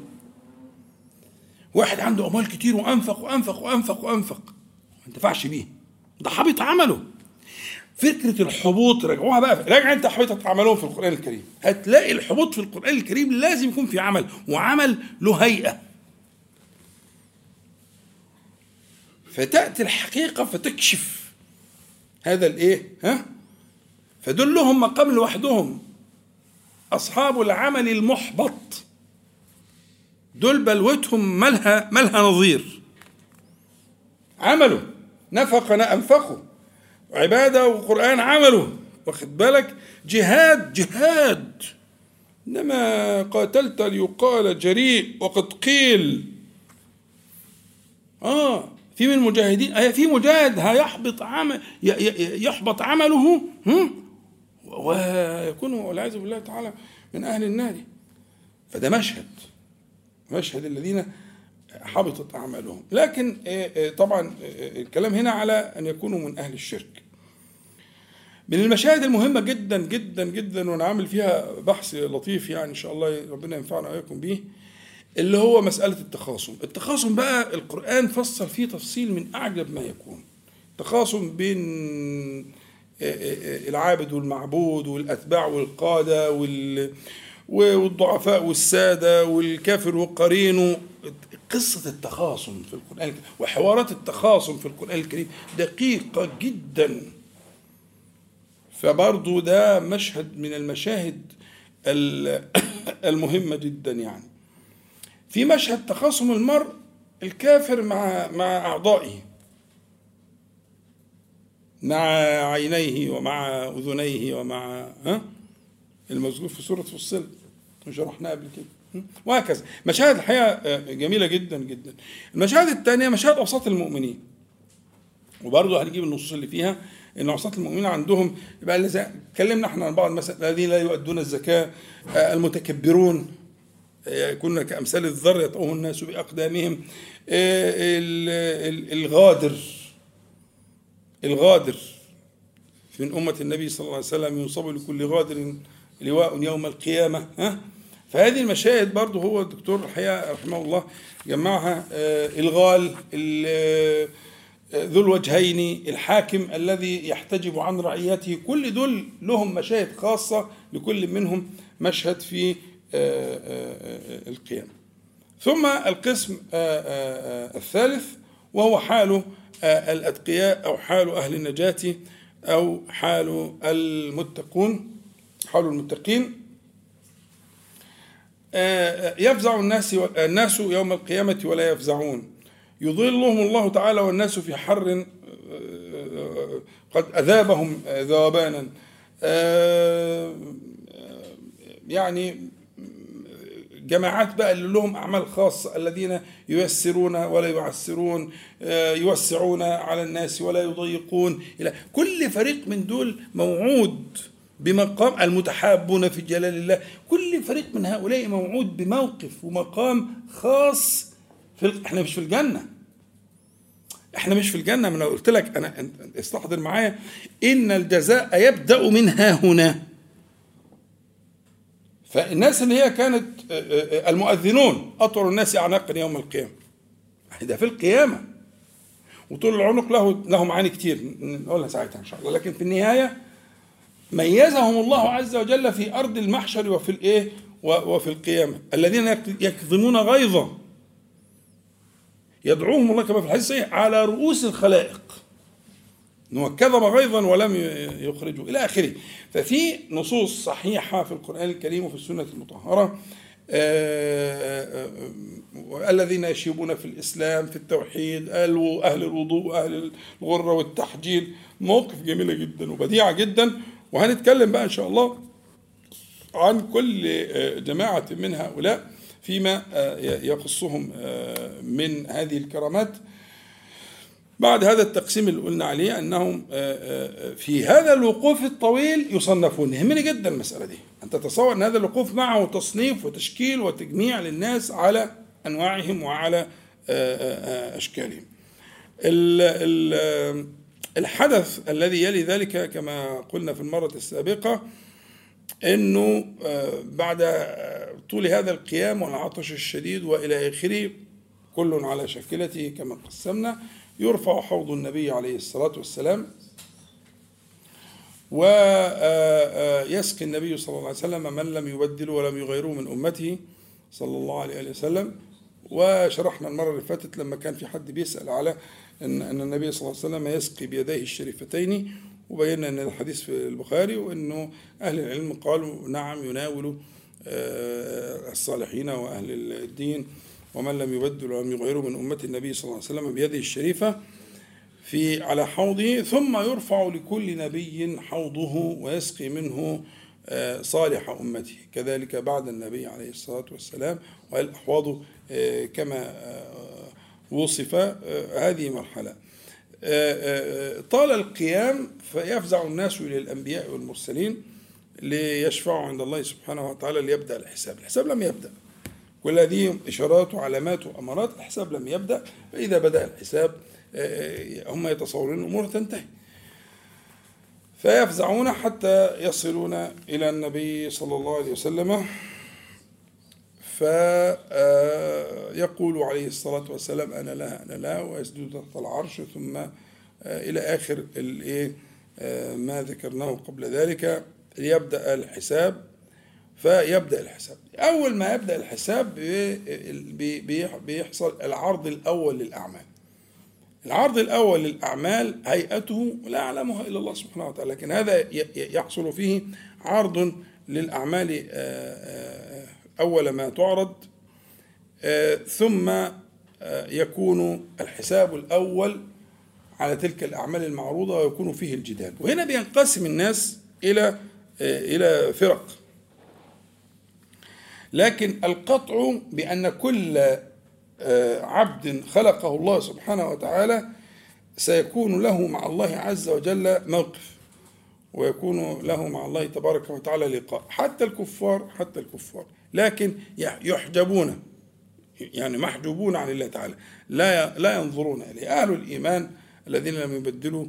واحد عنده اموال كتير وانفق وانفق وانفق وانفق ما انتفعش بيه، ده حبط عمله. فكرة الحبوط راجعوها بقى، راجع انت حبطت اعمالهم في القرآن الكريم، هتلاقي الحبوط في القرآن الكريم لازم يكون في عمل، وعمل له هيئة. فتأتي الحقيقة فتكشف هذا الايه؟ ها؟ فدلهم مقام لوحدهم. أصحاب العمل المحبط دول بلوتهم ملها ملها نظير. عملوا نفق أنفقوا، عبادة وقرآن عملوا، واخد بالك؟ جهاد جهاد، إنما قاتلت ليقال جريء وقد قيل. آه في من المجاهدين، آه في مجاهد هيحبط عمل يحبط عمله ويكون والعياذ بالله تعالى من أهل النار. فده مشهد مشهد الذين حبطت أعمالهم. لكن طبعا الكلام هنا على أن يكونوا من أهل الشرك. من المشاهد المهمة جدا جدا جدا، وأنا عامل فيها بحث لطيف يعني إن شاء الله ربنا ينفعنا وإياكم به، اللي هو مسألة التخاصم. التخاصم بقى القرآن فصل فيه تفصيل من أعجب ما يكون. تخاصم بين العابد والمعبود والأتباع والقادة والضعفاء والسادة والكافر وقرينه. قصة التخاصم في القرآن الكريم وحوارات التخاصم في القرآن الكريم دقيقة جدا. فبرضو ده مشهد من المشاهد المهمة جدا. يعني في مشهد تخاصم المرء الكافر مع مع أعضائه، مع عينيه ومع أذنيه ومع ها المذكور في سورة فصلت شرحناها قبل كده، وهكذا. مشاهد الحقيقة جميلة جدا جدا. المشاهد الثانية مشاهد أوساط المؤمنين، وبرضه هنجيب النصوص اللي فيها ان اوساط المؤمنين عندهم يبقى اللي زي اتكلمنا احنا عن بعض مثلا الذين لا يؤدون الزكاه، المتكبرون يكون كامثال الذر يطؤه الناس باقدامهم، الغادر الغادر من امه النبي صلى الله عليه وسلم ينصب لكل غادر لواء يوم القيامه. ها فهذه المشاهد برضه هو الدكتور الحقيقه رحمه الله جمعها. الغال، ذو الوجهين، الحاكم الذي يحتجب عن رعيته، كل دول لهم مشاهد خاصة لكل منهم مشهد في القيامة. ثم القسم الثالث وهو حال الأتقياء أو حال أهل النجاة أو حال المتقون، حال المتقين. يفزع الناس الناس يوم القيامة ولا يفزعون، يظلهم الله تعالى والناس في حر قد أذابهم ذوبانا. يعني جماعات بقى اللي لهم أعمال خاصة، الذين ييسرون ولا يعسرون، يوسعون على الناس ولا يضيقون. كل فريق من دول موعود بمقام، المتحابون في جلال الله، كل فريق من هؤلاء موعود بموقف ومقام خاص. في احنا مش في الجنة، احنا مش في الجنة. من قلت لك انا استحضر معايا ان الجزاء يبدأ من ها هنا. فالناس اللي هي كانت المؤذنون اطول الناس اعناقا يوم القيامة، ده في القيامة، وطول العنق له له معاني كتير نقولها ساعتها ان شاء الله. لكن في النهاية ميزهم الله عز وجل في ارض المحشر وفي الايه وفي القيامة، الذين يكظمون غيظا يدعوهم الله كما في الحديث الصحيح على رؤوس الخلائق، انه كظم غيظا ولم يخرجه الى اخره. ففي نصوص صحيحه في القران الكريم وفي السنه المطهره الذين يشيبون في الاسلام في التوحيد، اهل الوضوء واهل الغره والتحجيل. موقف جميله جدا وبديعه جدا، وهنتكلم بقى ان شاء الله عن كل جماعه من هؤلاء فيما يخصهم من هذه الكرامات. بعد هذا التقسيم اللي قلنا عليه أنهم في هذا الوقوف الطويل يصنفون. يهمني جدا المسألة دي، أن تتصور أن هذا الوقوف معه تصنيف وتشكيل وتجميع للناس على أنواعهم وعلى أشكالهم. الحدث الذي يلي ذلك كما قلنا في المرة السابقة أنه بعد طول هذا القيام والعطش الشديد وإلى آخره كل على شكلته كما قسمنا، يرفع حوض النبي عليه الصلاة والسلام ويسقي النبي صلى الله عليه وسلم من لم يبدل ولم يغيره من أمته صلى الله عليه وسلم. وشرحنا المرة اللي فاتت لما كان في حد بيسأل على أن النبي صلى الله عليه وسلم يسقي بيديه الشريفتين، وبينا أن الحديث في البخاري، وأنه أهل العلم قالوا نعم يناول الصالحين وأهل الدين ومن لم يبدل ولم يغيره من أمة النبي صلى الله عليه وسلم بيده الشريفة في على حوضه، ثم يرفع لكل نبي حوضه ويسقي منه صالح أمته، كذلك بعد النبي عليه الصلاة والسلام. والأحواض كما وصف هذه مرحلة. طال القيام فيفزع الناس إلى الأنبياء والمرسلين ليشفعوا عند الله سبحانه وتعالى ليبدأ الحساب. الحساب لم يبدأ، كل هذه إشارات وعلامات وأمارات، الحساب لم يبدأ. فإذا بدأ الحساب هم يتصورون الأمور تنتهي. فيفزعون حتى يصلون إلى النبي صلى الله عليه وسلم، فيقول عليه الصلاة والسلام أنا لا أنا لا، ويسجد تحت العرش، ثم إلى آخر ما ذكرناه قبل ذلك ليبدأ الحساب. فيبدأ الحساب، أول ما يبدأ الحساب بيحصل العرض الأول للأعمال. العرض الأول للأعمال هيئته لا يعلمها إلا الله سبحانه وتعالى، لكن هذا يحصل فيه عرض للأعمال أول ما تعرض، ثم يكون الحساب الأول على تلك الأعمال المعروضة ويكون فيه الجدال. وهنا بينقسم الناس إلى إلى فرق، لكن القطع بأن كل عبد خلقه الله سبحانه وتعالى سيكون له مع الله عز وجل موقف، ويكون له مع الله تبارك وتعالى لقاء، حتى الكفار حتى الكفار لكن يحجبون، يعني محجوبون عن الله تعالى، لا لا ينظرون إليه. أهل الإيمان الذين لم يبدلوا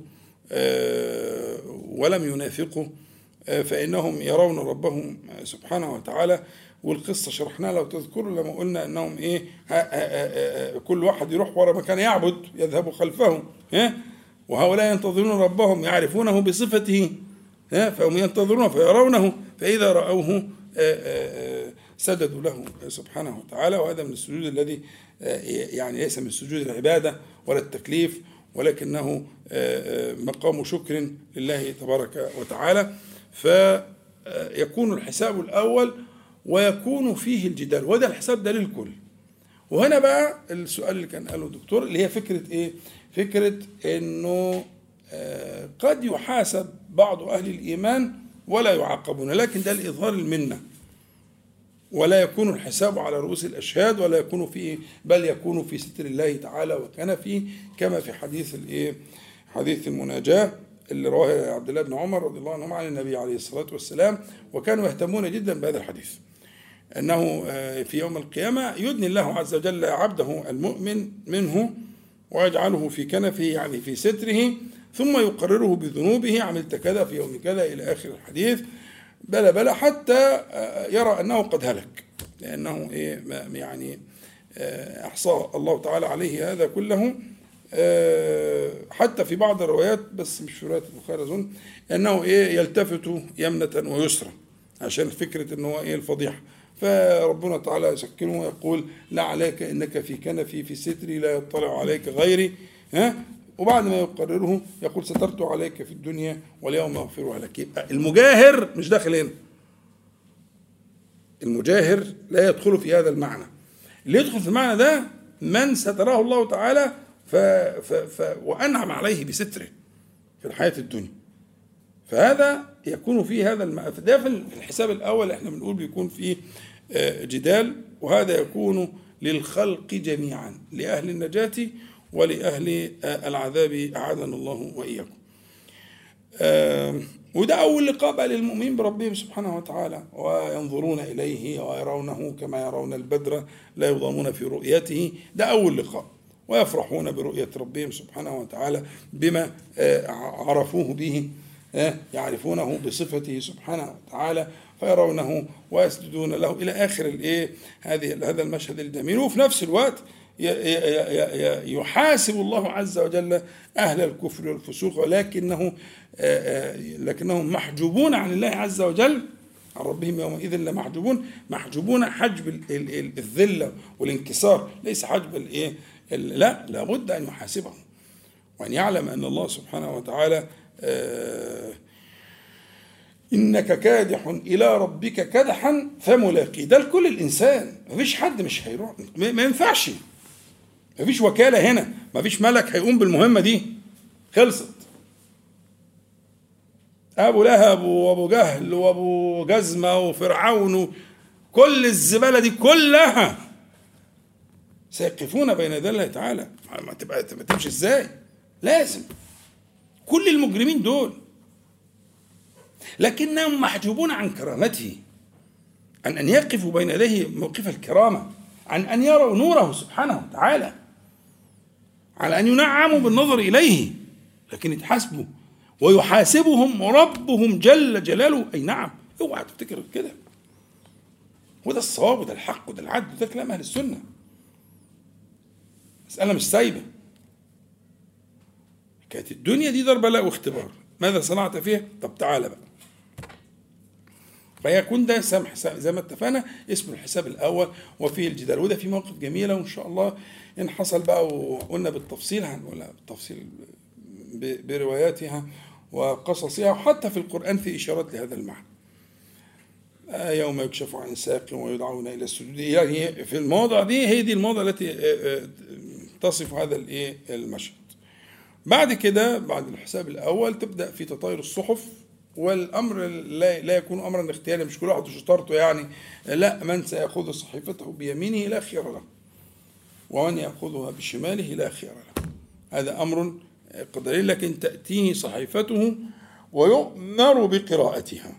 ولم ينافقوا فإنهم يرون ربهم سبحانه وتعالى. والقصة شرحناها لو تذكروا لما قلنا أنهم إيه ها ها ها كل واحد يروح ورا مكان يعبد يذهب خلفهم، ها وهؤلاء ينتظرون ربهم يعرفونه بصفته، ها فهم ينتظرونه فيرونه، فإذا رأوه سجدوا له سبحانه وتعالى. وهذا من السجود الذي يعني ليس من سجود العبادة ولا التكليف، ولكنه مقام شكر لله تبارك وتعالى. فيكون الحساب الأول ويكون فيه الجدال، وده الحساب ده للكل. وهنا بقى السؤال اللي كان قاله الدكتور اللي هي فكرة ايه؟ فكرة انه قد يحاسب بعض اهل الايمان ولا يعاقبون، لكن ده لإظهار المنة، ولا يكون الحساب على رؤوس الاشهاد، ولا يكون فيه بل يكون في ستر الله تعالى وكان فيه، كما في حديث الايه حديث المناجاة اللي رواه عبد الله بن عمر رضي الله عنهما عن النبي عليه الصلاة والسلام، وكانوا يهتمون جدا بهذا الحديث، أنه في يوم القيامة يدني الله عز وجل عبده المؤمن منه ويجعله في كنفه يعني في ستره، ثم يقرره بذنوبه عملت كذا في يوم كذا إلى آخر الحديث، بلا بلا حتى يرى أنه قد هلك، لأنه إيه يعني أحصى الله تعالى عليه هذا كله. حتى في بعض الروايات بس مش في رواية البخاري أظن أنه إيه يلتفت يمنة ويسرى عشان فكرة أنه إيه الفضيحة، فربنا تعالى يسكنه ويقول لا عليك إنك في كنفي في ستري لا يطلع عليك غيري، ها وبعد ما يقرره يقول سترت عليك في الدنيا واليوم أغفرها لك. يبقى المجاهر مش داخل هنا، المجاهر لا يدخل في هذا المعنى. اللي يدخل في المعنى ده من ستره الله تعالى ف ف ف وأنعم عليه بستره في الحياة الدنيا، فهذا يكون فيه هذا الم... ده في الحساب الأول احنا بنقول بيكون فيه جدال، وهذا يكون للخلق جميعا، لأهل النجاة ولأهل العذاب أعاذنا الله وإياكم. وده أول لقاء بقى للمؤمنين بربهم سبحانه وتعالى، وينظرون إليه ويرونه كما يرون البدر لا يضامون في رؤيته، ده أول لقاء، ويفرحون برؤية ربهم سبحانه وتعالى بما عرفوه به، يعرفونه بصفته سبحانه وتعالى فيرونه ويسجدون له إلى آخر الإيه هذه هذا المشهد الجميل. وفي نفس الوقت يحاسب الله عز وجل أهل الكفر والفسوق، ولكنه لكنهم محجوبون عن الله عز وجل، عن ربهم يومئذ لمحجوبون، محجوبون حجب الذلة والانكسار، ليس حجب الإيه لا لابد أن يحاسبهم وأن يعلم أن الله سبحانه وتعالى إنك كادح إلى ربك كدحا فملاقيه. ده لكل الإنسان، مفيش حد مش هيروح، ما ينفعش، مفيش وكالة هنا، مفيش ملك هيقوم بالمهمة دي، خلصت. أبو لهب وأبو جهل وأبو جزمة وفرعون كل الزبالة دي كلها سيقفون بين يدي الله تعالى. ما تبقى تمشي ازاي؟ لازم كل المجرمين دول، لكنهم محجوبون عن كرامته، عن أن يقفوا بين يديه موقف الكرامة، عن أن يروا نوره سبحانه وتعالى، على أن ينعموا بالنظر إليه، لكن يتحاسبوا. ويحاسبهم ربهم جل جلاله. أي نعم، اوعى تفتكر كده. وده الصواب وده الحق وده العدل وده كلام أهل السنة. مسألة مش سايبة. كانت الدنيا دي دار بلاء واختبار، ماذا صنعت فيها؟ طب تعالى بقى. فيكون ده سمح زي ما اتفقنا اسمه الحساب الأول وفيه الجدال. وده في مواقف جميلة، وإن شاء الله إن حصل بقى وقلنا بالتفصيل هنقولها بالتفصيل برواياتها وقصصها، وحتى في القرآن في إشارات لهذا المعنى. يوم يكشف عن ساق ويدعون إلى السجود، يعني في المواضع دي هي دي المواضع التي تصف هذا الإيه المشهد. بعد كده بعد الحساب الأول تبدأ في تطاير الصحف، والأمر لا, لا يكون أمرا اختياريا، مش كل واحد شطارته يعني، لا، من سيأخذ صحيفته بيمينه لا خير له، ومن يأخذها بشماله لا خير له. هذا أمر قدري، لكن تأتيه صحيفته ويؤمر بقراءتها،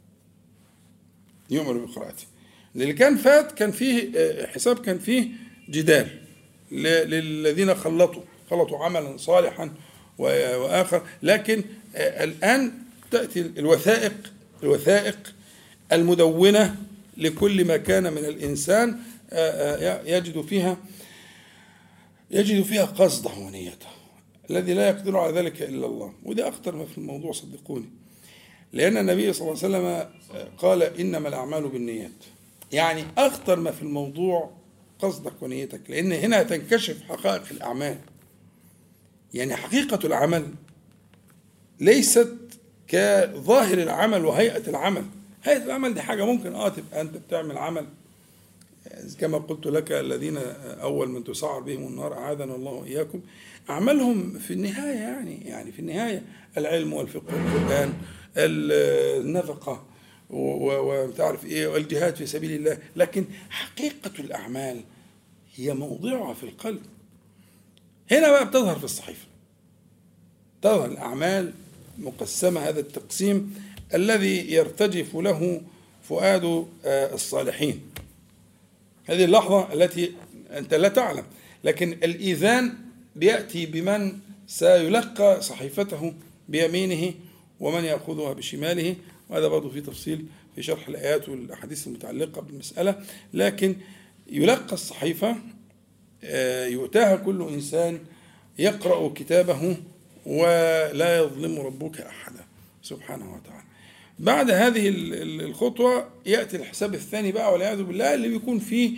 يؤمر بقراءتها. اللي كان فات كان فيه حساب، كان فيه جدال للذين خلطوا خلطوا عملا صالحا وآخر، لكن الآن تأتي الوثائق الوثائق المدونة لكل ما كان من الإنسان، يجد فيها يجد فيها قصده ونيته الذي لا يقدر على ذلك إلا الله. وده أخطر ما في الموضوع صدقوني، لأن النبي صلى الله عليه وسلم قال إنما الأعمال بالنيات. يعني أخطر ما في الموضوع قصدك ونيتك، لأن هنا تنكشف حقائق الأعمال. يعني حقيقة العمل ليست كظاهر العمل وهيئة العمل. هيئة العمل دي حاجة ممكن اه تبقى أنت بتعمل عمل كما قلت لك، الذين أول من تسعر بهم النار أعاذنا الله وإياكم، أعمالهم في النهاية يعني يعني في النهاية العلم والفقه والقرآن، النفقة وتعرف إيه، والجهاد في سبيل الله. لكن حقيقة الأعمال هي موضعها في القلب. هنا بقى بتظهر في الصحيفة، تظهر الأعمال مقسمة، هذا التقسيم الذي يرتجف له فؤاد الصالحين. هذه اللحظة التي أنت لا تعلم، لكن الإيذان بيأتي بمن سيلقى صحيفته بيمينه ومن يأخذها بشماله. وهذا برضو في تفصيل في شرح الآيات والأحاديث المتعلقة بالمسألة. لكن يلقى الصحيفة، يؤتاها كل إنسان يقرأ كتابه ولا يظلم ربك أحدا سبحانه وتعالى. بعد هذه الخطوة يأتي الحساب الثاني بقى والعياذ بالله، اللي بيكون فيه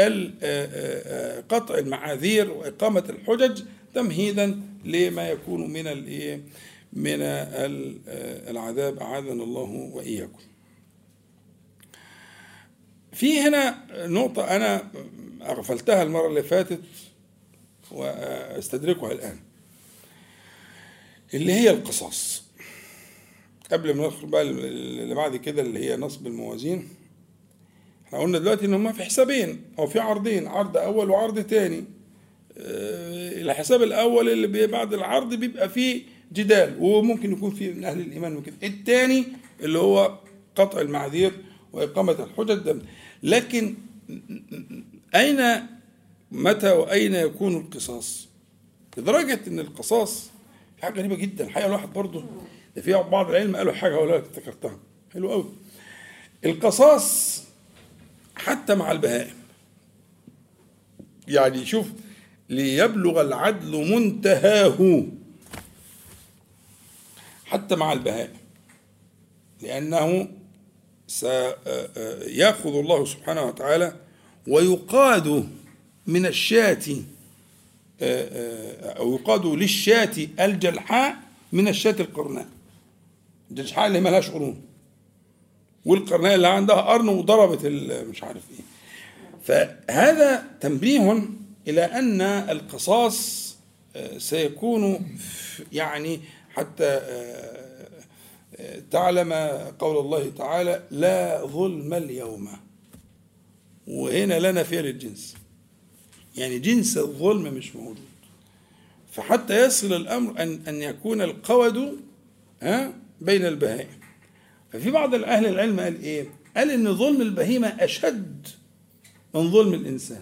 قطع المعاذير وإقامة الحجج تمهيدا لما يكون من من العذاب أعاذنا الله وإياكم. في هنا نقطة أنا أغفلتها المرة اللي فاتت وأستدركها الآن، اللي هي القصاص. قبل ما ندخل بقى اللي بعد كده اللي هي نصب الموازين، احنا قلنا دلوقتي ان هما في حسابين او في عرضين، عرض اول وعرض تاني. الحساب الاول اللي بعد العرض بيبقى فيه جدال وممكن يكون فيه من اهل الايمان وكده، التاني اللي هو قطع المعاذير واقامه الحجج ده. لكن اين متى واين يكون القصاص؟ لدرجه ان القصاص حاجه غريبه جدا الحقيقه. الواحد برضه في بعض العلم قالوا حاجه ولا افتكرتها حلو قوي. القصاص حتى مع البهائم، يعني شوف، ليبلغ العدل منتهاه، حتى مع البهائم، لأنه سيأخذ الله سبحانه وتعالى ويقاد من الشاة أو يقاد للشاة الجلحاء من الشاة القرناء. الجلحاء اللي ملهاش قرون، والقرناء اللي عندها قرن وضربت مش عارف ايه. فهذا تنبيه إلى أن القصاص سيكون يعني حتى تعلم قول الله تعالى لا ظلم اليوم، وهنا لا نافية للجنس، يعني جنس الظلم مش موجود. فحتى يصل الأمر أن أن يكون القود ها بين البهائم. ففي بعض أهل العلم قال إيه؟ قال إن ظلم البهيمة أشد من ظلم الإنسان.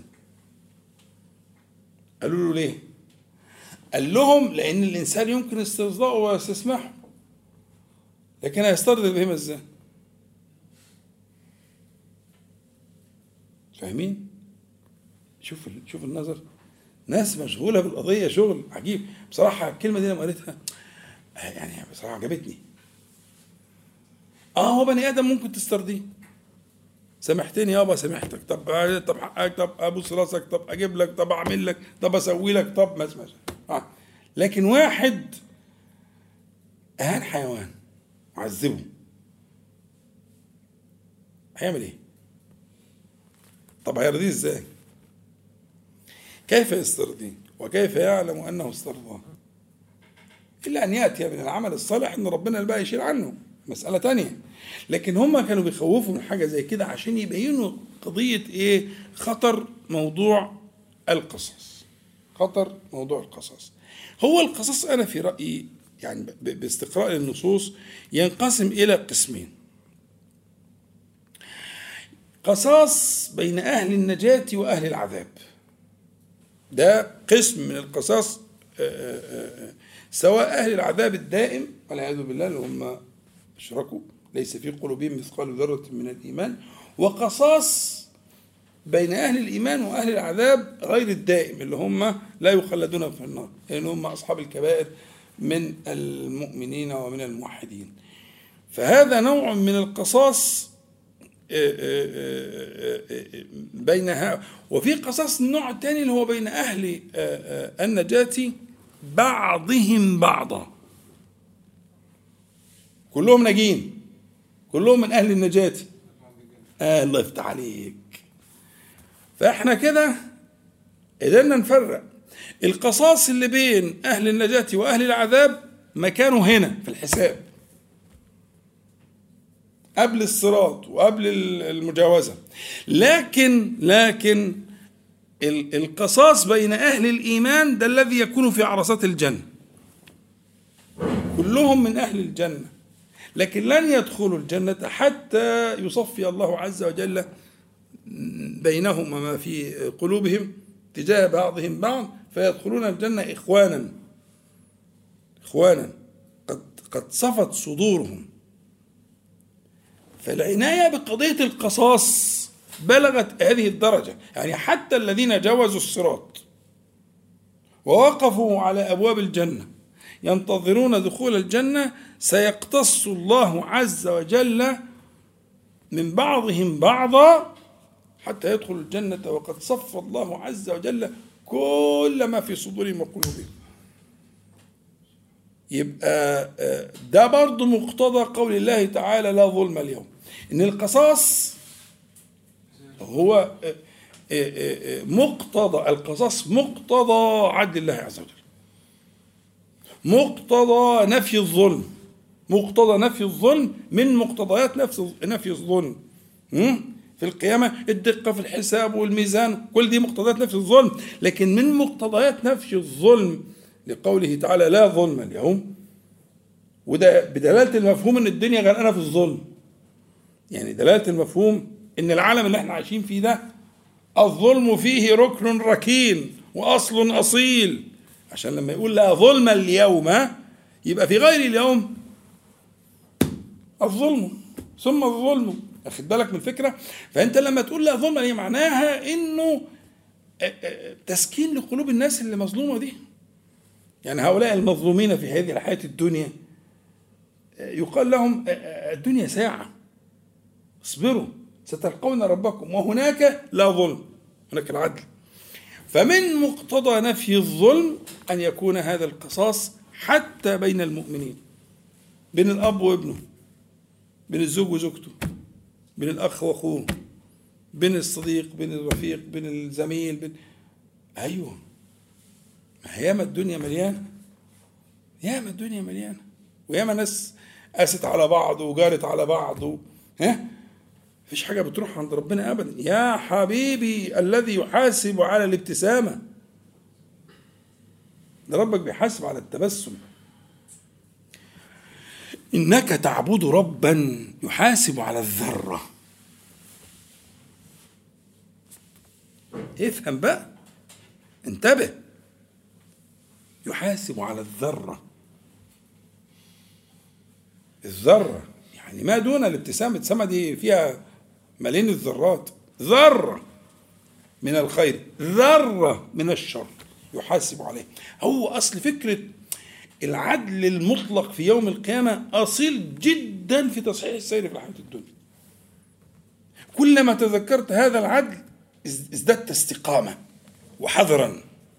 قالوا له ليه؟ قال لهم لأن الإنسان يمكن استرضاؤه واستسماحه، لكن هيسترضي البهيمة ازاي؟ فاهمين؟ شوف شوف النظر، ناس مشغولة بالقضية شغل عجيب بصراحة. الكلمة دي لما قريتها يعني بصراحة عجبتني. اه هو بني آدم ممكن تسترضيه، سامحتني يابا سامحتك، طب طب حقك، طب ابوس راسك، طب اجيب لك، طب اعمل لك، طب اسوي لك، طب ما اسمعش. آه. لكن واحد اهان حيوان وعذبه هيعمل ايه؟ طب هيرضيه ازاي؟ كيف يسترضيه؟ وكيف يعلم انه استرضاه؟ الا ان ياتي من العمل الصالح ان ربنا اللي بقى يشيل عنه، مساله تانية. لكن هم كانوا بيخوفوا من حاجه زي كده عشان يبينوا قضيه ايه؟ خطر موضوع القصص. خطر موضوع القصص. هو القصص انا في رايي يعني باستقراء النصوص ينقسم الى قسمين: قصاص بين اهل النجاة واهل العذاب، ده قسم من القصاص، سواء اهل العذاب الدائم والعياذ بالله اللي هم اشركوا ليس في قلوبهم مثقال ذرة من الإيمان، وقصاص بين أهل الإيمان وأهل العذاب غير الدائم اللي هم لا يخلدون في النار، لأن هم أصحاب الكبائر من المؤمنين ومن الموحدين. فهذا نوع من القصاص بينها. وفي قصاص النوع الثاني اللي هو بين أهل النجاة بعضهم بعضا، كلهم ناجين، كلهم من أهل النجاة. آه الله يفتح عليك. فإحنا كده قدرنا نفرق القصاص اللي بين أهل النجاة وأهل العذاب مكانه هنا في الحساب قبل الصراط وقبل المجاوزة. لكن لكن القصاص بين أهل الإيمان ده الذي يكون في عرصات الجنة، كلهم من أهل الجنة، لكن لن يدخلوا الجنة حتى يصفي الله عز وجل بينهم ما في قلوبهم تجاه بعضهم بعض، فيدخلون الجنة إخوانا إخوانا قد قد صفت صدورهم. فالعناية بقضية القصاص بلغت هذه الدرجة، يعني حتى الذين جاوزوا الصراط ووقفوا على أبواب الجنة ينتظرون دخول الجنة سيقتص الله عز وجل من بعضهم بعضا حتى يدخل الجنة وقد صف الله عز وجل كل ما في صدورهم وقلوبهم. يبقى ده برضو مقتضى قول الله تعالى لا ظلم اليوم، إن القصاص هو مقتضى القصاص مقتضى عدل الله عز وجل، مقتضى نفي الظلم، مقتضى نفي الظلم من مقتضيات نفي نفي الظلم في القيامة، الدقة في الحساب والميزان، كل دي مقتضيات نفي الظلم. لكن من مقتضيات نفي الظلم لقوله تعالى لا ظلم اليوم، وده بدلالة المفهوم ان الدنيا غرقانة في الظلم، يعني دلالة المفهوم ان العالم اللي احنا عايشين فيه ده الظلم فيه ركن ركين واصل اصيل، عشان لما يقول لا ظلم اليوم يبقى في غير اليوم الظلم ثم الظلم. أخذ بالك من الفكرة؟ فأنت لما تقول لا ظلم هي معناها إنه تسكين لقلوب الناس اللي مظلومة دي، يعني هؤلاء المظلومين في هذه الحياة الدنيا يقال لهم الدنيا ساعة، اصبروا ستلقون ربكم وهناك لا ظلم، هناك العدل. فمن مقتضى نفي الظلم أن يكون هذا القصاص حتى بين المؤمنين، بين الأب وابنه، بين الزوج وزوجته، بين الأخ وأخوه، بين الصديق، بين الرفيق، بين الزميل، بين أيوه، ما ياما الدنيا مليانة، ياما الدنيا مليانة، وياما ناس قاست على بعض وجارت على بعض و... ها مفيش حاجة بتروح عند ربنا أبدا. يا حبيبي الذي يحاسب على الابتسامة، ده ربك بيحاسب على التبسم. إنك تعبد ربا يحاسب على الذرة. افهم بقى، انتبه، يحاسب على الذرة. الذرة، يعني ما دون الابتسامة. الابتسامة دي فيها ملايين الذرات، ذرة من الخير ذرة من الشر يحاسب عليه. هو أصل فكرة العدل المطلق في يوم القيامة أصيل جدا في تصحيح السير في الحياة الدنيا. كلما تذكرت هذا العدل ازددت استقامة وحذرا.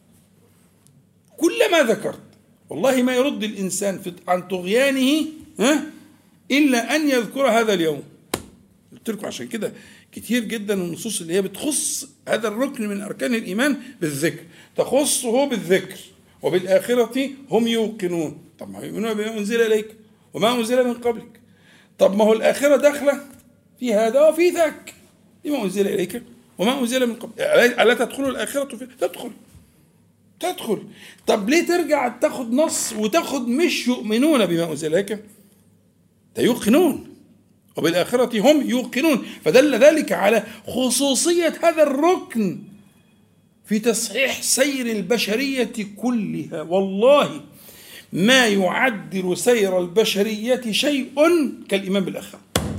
كلما ذكرت والله ما يرد الإنسان عن طغيانه ها إلا أن يذكر هذا اليوم. قلت لكم عشان كده كتير جدا النصوص اللي هي بتخص هذا الركن من أركان الإيمان بالذكر تخصه بالذكر. وبالآخرة هم يوقنون. طب ما يؤمنون بما أنزل إليك وما أنزل من قبلك. طب ما هو الآخرة داخلة في هذا وفي ذاك. بما أنزل إليك وما أنزل من قبل. ألا تدخلوا الآخرة في تدخل تدخل. طب ليه ترجع تاخد نص وتاخد مش يؤمنون بما أنزل إليك؟ ده يوقنون وبالآخرة هم يوقنون. فدل ذلك على خصوصية هذا الركن في تصحيح سير البشرية كلها. والله ما يعدل سير البشرية شيء كالإيمان بالآخرة.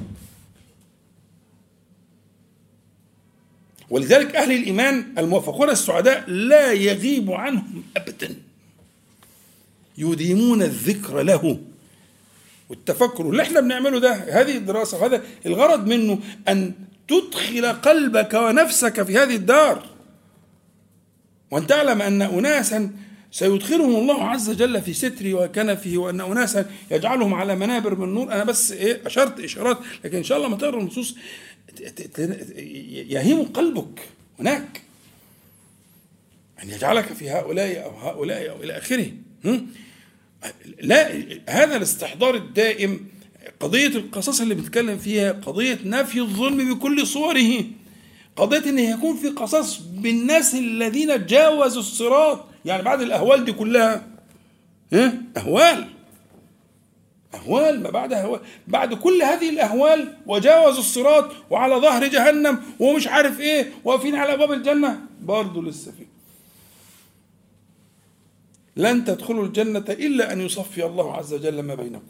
ولذلك أهل الإيمان الموفقون السعداء لا يغيب عنهم أبدا، يديمون الذكر له والتفكر. اللي احنا بنعمله ده، هذه الدراسة وهذا الغرض منه أن تدخل قلبك ونفسك في هذه الدار، وأن تعلم أن أناسا سيدخلهم الله عز وجل في ستره وكنفه، وأن أناسا يجعلهم على منابر من نور. أنا بس إيه أشرت إشارات، لكن إن شاء الله ما تقرأ النصوص يهيم قلبك هناك أن يجعلك في هؤلاء أو هؤلاء أو إلى آخره. لا، هذا الاستحضار الدائم. قضية القصاص اللي بنتكلم فيها قضية نفي الظلم بكل صوره، قضية أن يكون في قصاص بالناس الذين جاوزوا الصراط. يعني بعد الأهوال دي كلها أهوال أهوال ما بعد أهوال، بعد كل هذه الأهوال وجاوزوا الصراط وعلى ظهر جهنم ومش عارف إيه واقفين على أبواب الجنة، برضه لسه فيه. لن تدخلوا الجنة إلا أن يصفي الله عز وجل ما بينكم.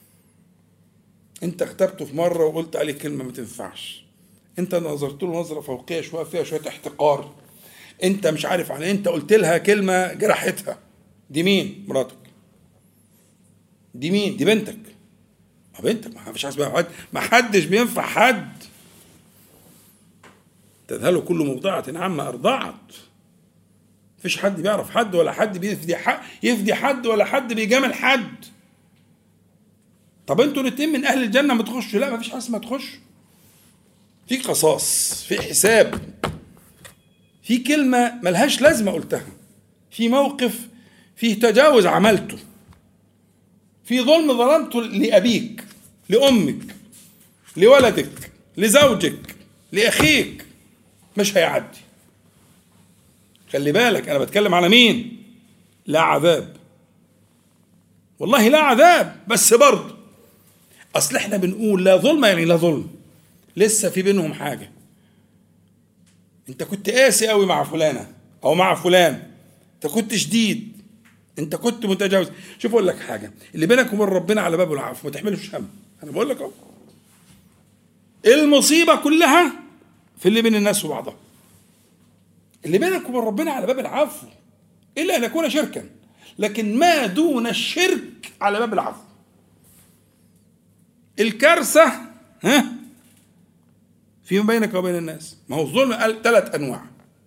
أنت اغتبته في مرة وقلت عليه كلمة ما تنفعش، أنت نظرت له نظرة فوقية شوية فيها شوية احتقار، أنت مش عارف على أنت قلت لها كلمة جرحتها. دي مين؟ مراتك. دي مين؟ دي بنتك. ما بنتك ما فيش حد، ما حدش بينفع حد. تذهل كل مرضعة عما أرضعت. مفيش حد بيعرف حد، ولا حد بيفدي حد يفدي حد، ولا حد بيجامل حد. طب انتوا الاتنين من اهل الجنه ما تخشوا؟ لا، مفيش حاجه اسمها تخش. في قصاص، في حساب، في كلمه ملهاش لازمه قلتها، في موقف فيه تجاوز عملته، في ظلم ظلمته لابيك، لامك، لولدك، لزوجك، لاخيك، مش هيعدي. خلي بالك انا بتكلم على مين؟ لا عذاب، والله لا عذاب، بس برضه اصل احنا بنقول لا ظلم، يعني لا ظلم، لسه في بينهم حاجه. انت كنت قاسي قوي مع فلانه او مع فلان، انت كنت شديد، انت كنت متجاوز. شوف اقول لك حاجه، اللي بينك وبين ربنا على باب العفو، ما تحملش هم. انا بقول لك اهو، المصيبه كلها في اللي بين الناس وبعضها. اللي بينك وبين ربنا على باب العفو الا ان يكون شركا، لكن ما دون الشرك على باب العفو. الكارثه ها فيما بينك وبين الناس. ما هو الظلم قال ثلاث انواع.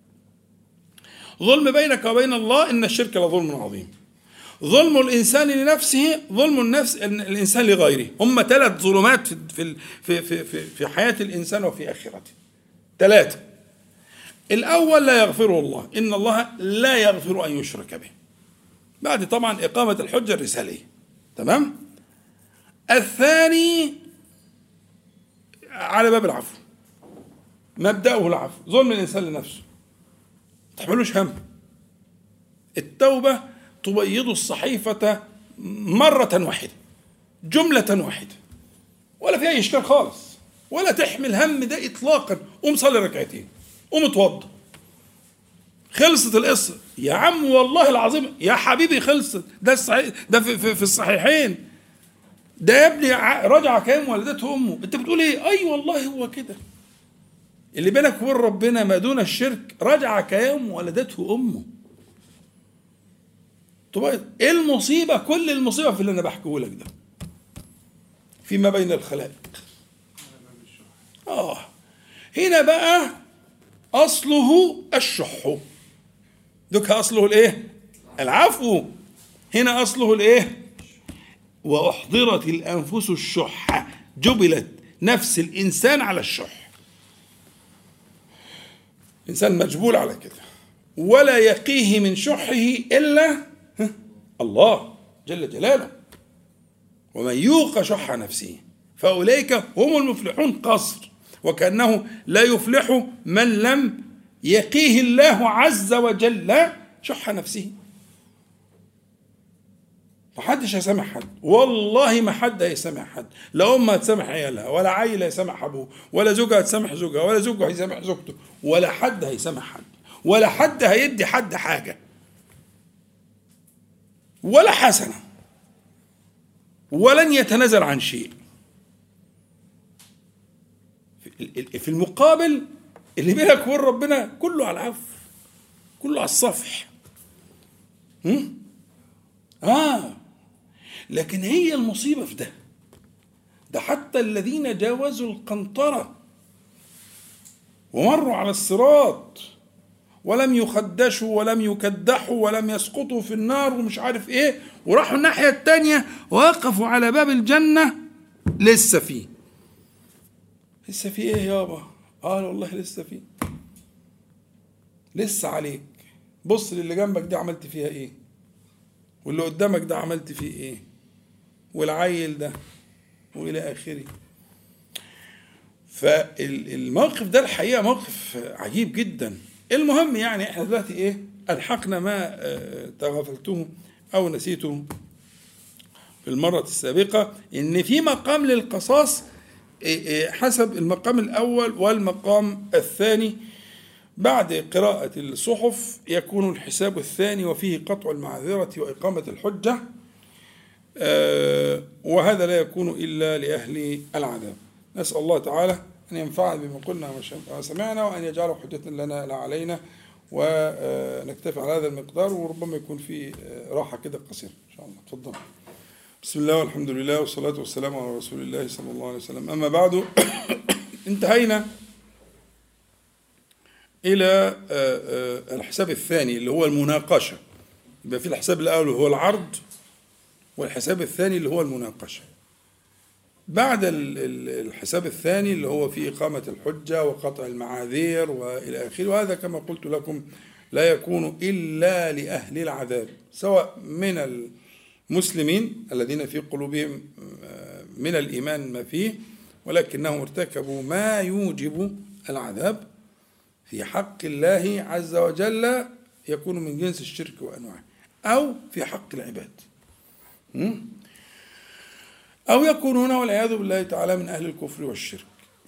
ظلم بينك وبين الله، ان الشرك لظلم عظيم. ظلم الانسان لنفسه، ظلم النفس الانسان لغيره. هم ثلاث ظلمات في في في في في حياه الانسان وفي اخرته. ثلاثه. الاول لا يغفره الله، ان الله لا يغفر ان يشرك به، بعد طبعا اقامه الحجه الرساليه. تمام. الثاني على باب العفو، مبدأه العفو، ظلم الإنسان لنفسه، ما تحملوش هم. التوبة تبيض الصحيفة مرة واحدة، جملة واحدة، ولا فيها إشكال خالص، ولا تحمل هم ده إطلاقا. قوم صلي ركعتين، قوم اتوضى، خلصت القصة يا عم، والله العظيم يا حبيبي خلصت. ده الصحيح، ده في, في, في الصحيحين. ده يا ابني رجع كيوم ولدته امه. انت بتقول ايه؟ اي والله هو كده. اللي بينك وبين ربنا ما دون الشرك رجع كيوم ولدته امه. طب ايه المصيبه؟ كل المصيبه في اللي انا بحكيه لك ده فيما بين الخلائق. اه هنا بقى اصله الشح. دوك اصله الايه؟ العفو. هنا اصله الايه؟ واحضرت الانفس الشح. جبلت نفس الانسان على الشح. انسان مجبول على كده، ولا يقيه من شحه الا الله جل جلاله. ومن يوق شح نفسه فاولئك هم المفلحون. قصر. وكانه لا يفلح من لم يقيه الله عز وجل شح نفسه. محدش هيسامح حد، والله ما حد هيسامح حد. لا أم هتسامح عيالها، ولا عيل هيسامح أبوه، ولا زوجها هتسامح زوجها، ولا زوجها هيسامح زوجته، ولا حد هيسامح حد، ولا حد هيدي حد حاجة ولا حسنة، ولن يتنازل عن شيء. في المقابل اللي بينك وبين ربنا كله على العفو، كله على الصفح. هم؟ آه لكن هي المصيبة في ده ده حتى الذين جاوزوا القنطرة ومروا على الصراط ولم يخدشوا ولم يكدحوا ولم يسقطوا في النار ومش عارف ايه، وراحوا الناحية التانية ووقفوا على باب الجنة، لسه فيه لسه فيه ايه يابا؟ قال والله لسه فيه، لسه عليك. بص للي جنبك دي عملت فيها ايه، واللي قدامك ده عملت فيه ايه، والعيل ده، والى اخره. فالموقف ده الحقيقه موقف عجيب جدا. المهم يعني احنا دلوقتي ايه، الحقنا ما تغافلته او نسيته في المره السابقه، ان في مقام للقصاص حسب المقام الاول والمقام الثاني. بعد قراءة الصحف يكون الحساب الثاني وفيه قطع المعذرة وإقامة الحجة، آه وهذا لا يكون إلا لأهل العذاب. نسأل الله تعالى أن ينفعنا بما قلنا وسمعنا، وأن يجعله حجة لنا لا علينا، ونكتفي على هذا المقدار، وربما يكون في راحة كده قصيرة إن شاء الله. تفضل. بسم الله والحمد لله والصلاة والسلام على رسول الله صلى الله عليه وسلم. أما بعد، انتهينا إلى الحساب الثاني اللي هو المناقشة. يبقى في الحساب الأول هو العرض، والحساب الثاني اللي هو المناقشة. بعد الحساب الثاني اللي هو في إقامة الحجة وقطع المعاذير وإلى آخره، وهذا كما قلت لكم لا يكون إلا لأهل العذاب، سواء من المسلمين الذين في قلوبهم من الإيمان ما فيه ولكنهم ارتكبوا ما يوجب العذاب في حق الله عز وجل، يكون من جنس الشرك وأنواعه، أو في حق العباد، أو يكونون والعياذ بالله تعالى من أهل الكفر والشرك.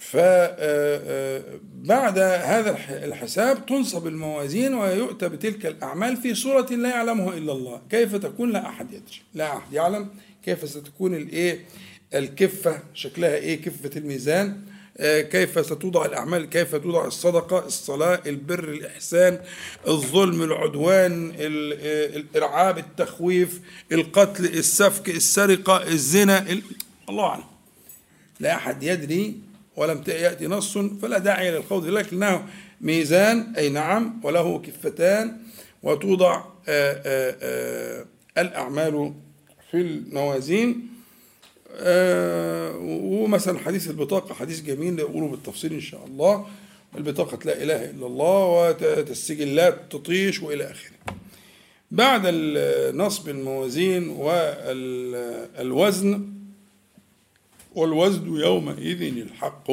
فبعد هذا الحساب تنصب الموازين ويؤتى بتلك الأعمال في صورة لا يعلمها إلا الله. كيف تكون؟ لا أحد يدري، لا أحد يعلم كيف ستكون الإيه الكفة، شكلها إيه كفة الميزان، كيف ستوضع الأعمال، كيف توضع الصدقة، الصلاة، البر، الإحسان، الظلم، العدوان، الإرعاب، التخويف، القتل، السفك، السرقة، الزنا، ال... الله أعلم. لا أحد يدري ولم يأتي نص، فلا داعي للخوض، لكنه ميزان أي نعم، وله كفتان، وتوضع آآ آآ الأعمال في الموازين. آه ومثلا حديث البطاقة حديث جميل نقوله بالتفصيل إن شاء الله. البطاقة لا إله إلا الله، والسجلات تطيش وإلى آخره. بعد نصب الموازين والوزن، والوزن يومئذ الحق.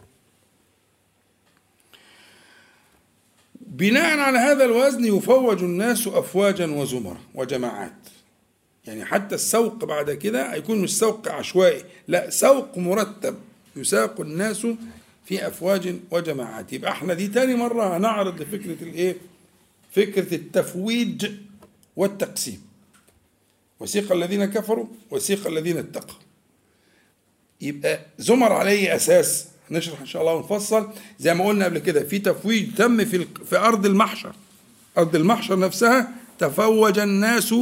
بناء على هذا الوزن يفوج الناس أفواجا وزمرا وجماعات. يعني حتى السوق بعد كده هيكون مش سوق عشوائي، لا سوق مرتب، يساق الناس في أفواج وجماعات. يبقى احنا دي تاني مرة هنعرض لفكرة الايه، فكرة التفويج والتقسيم. وسيق الذين كفروا وسيق الذين اتقوا. يبقى زمر عليه أساس. نشرح إن شاء الله ونفصل زي ما قلنا قبل كده. في تفويج تم في في أرض المحشر، أرض المحشر نفسها تفوج الناس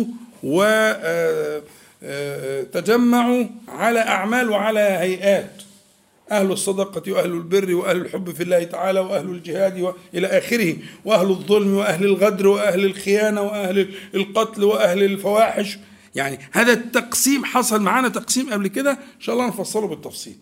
وتجمعوا على أعمال وعلى هيئات، أهل الصدقة وأهل البر وأهل الحب في الله تعالى وأهل الجهاد إلى آخره، وأهل الظلم وأهل الغدر وأهل الخيانة وأهل القتل وأهل الفواحش. يعني هذا التقسيم حصل معنا تقسيم قبل كده، إن شاء الله نفصله بالتفصيل.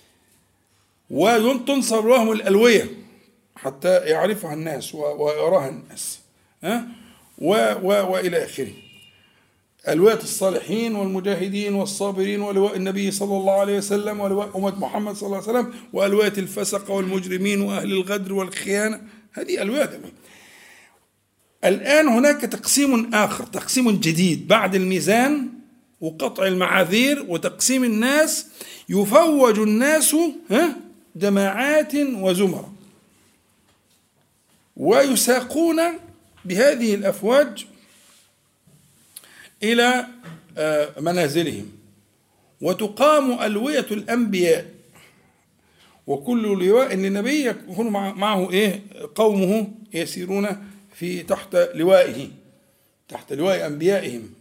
وتنصب لهم الألوية حتى يعرفها الناس ويراها الناس، ها و و وإلى آخره. ألوية الصالحين والمجاهدين والصابرين، ولواء النبي صلى الله عليه وسلم، ولواء أمة محمد صلى الله عليه وسلم، وألوية الفسق والمجرمين وأهل الغدر والخيانة. هذه ألوية. الآن هناك تقسيم آخر، تقسيم جديد بعد الميزان وقطع المعاذير وتقسيم الناس. يفوج الناس ها جماعات وزمر، ويساقون بهذه الأفواج إلى منازلهم، وتقام ألوية الأنبياء، وكل لواء للنبي يكون معه إيه قومه يسيرون في تحت لوائه، تحت لواء أنبيائهم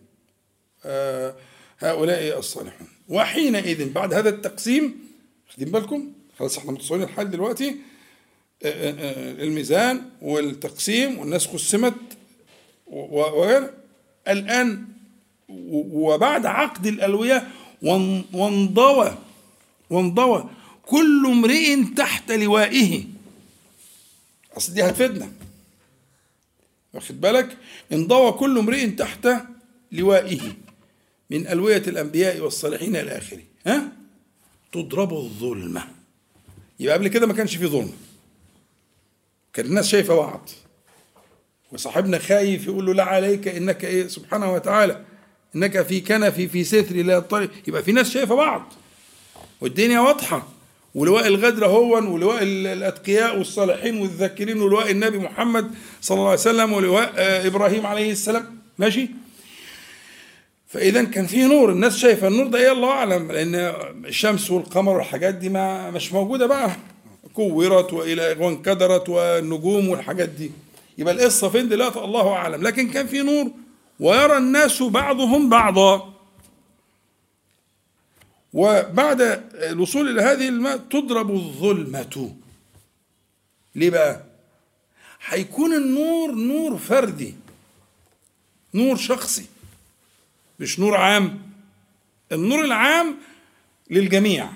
هؤلاء الصالحون. وحينئذ بعد هذا التقسيم، خدين بالكم خلاص احنا متصورين الحال دلوقتي، الميزان والتقسيم والناس قسمت، والآن وبعد عقد الألوية وانضوى وانضوى كل امرئ تحت لوائه. أصل دي هتفيدنا، واخد بالك؟ انضوى كل امرئ تحت لوائه من ألوية الأنبياء والصالحين إلى آخره. ها تضرب الظلمة. يبقى قبل كده ما كانش في ظلم، كان الناس شايفة بعض، وصاحبنا خايف يقول له لا عليك إنك إيه سبحانه وتعالى إنك في كنفي في ستر لا يطلع. يبقى في ناس شايفة بعض والدنيا واضحة، ولواء الغدر هو، ولواء الأتقياء والصالحين والذاكرين، ولواء النبي محمد صلى الله عليه وسلم، ولواء إبراهيم عليه السلام. ماشي. فإذا كان فيه نور، الناس شايفة النور ده إيه الله أعلم، لأن الشمس والقمر والحاجات دي ما مش موجودة بقى، كورت وإلى وانكدرت والنجوم والحاجات دي. يبقى القصة فين دلوقتي الله أعلم، لكن كان فيه نور ويرى الناس بعضهم بعضا. وبعد الوصول إلى هذه الماء تضرب الظلمة. ليه بقى؟ هيكون النور نور فردي، نور شخصي، مش نور عام. النور العام للجميع،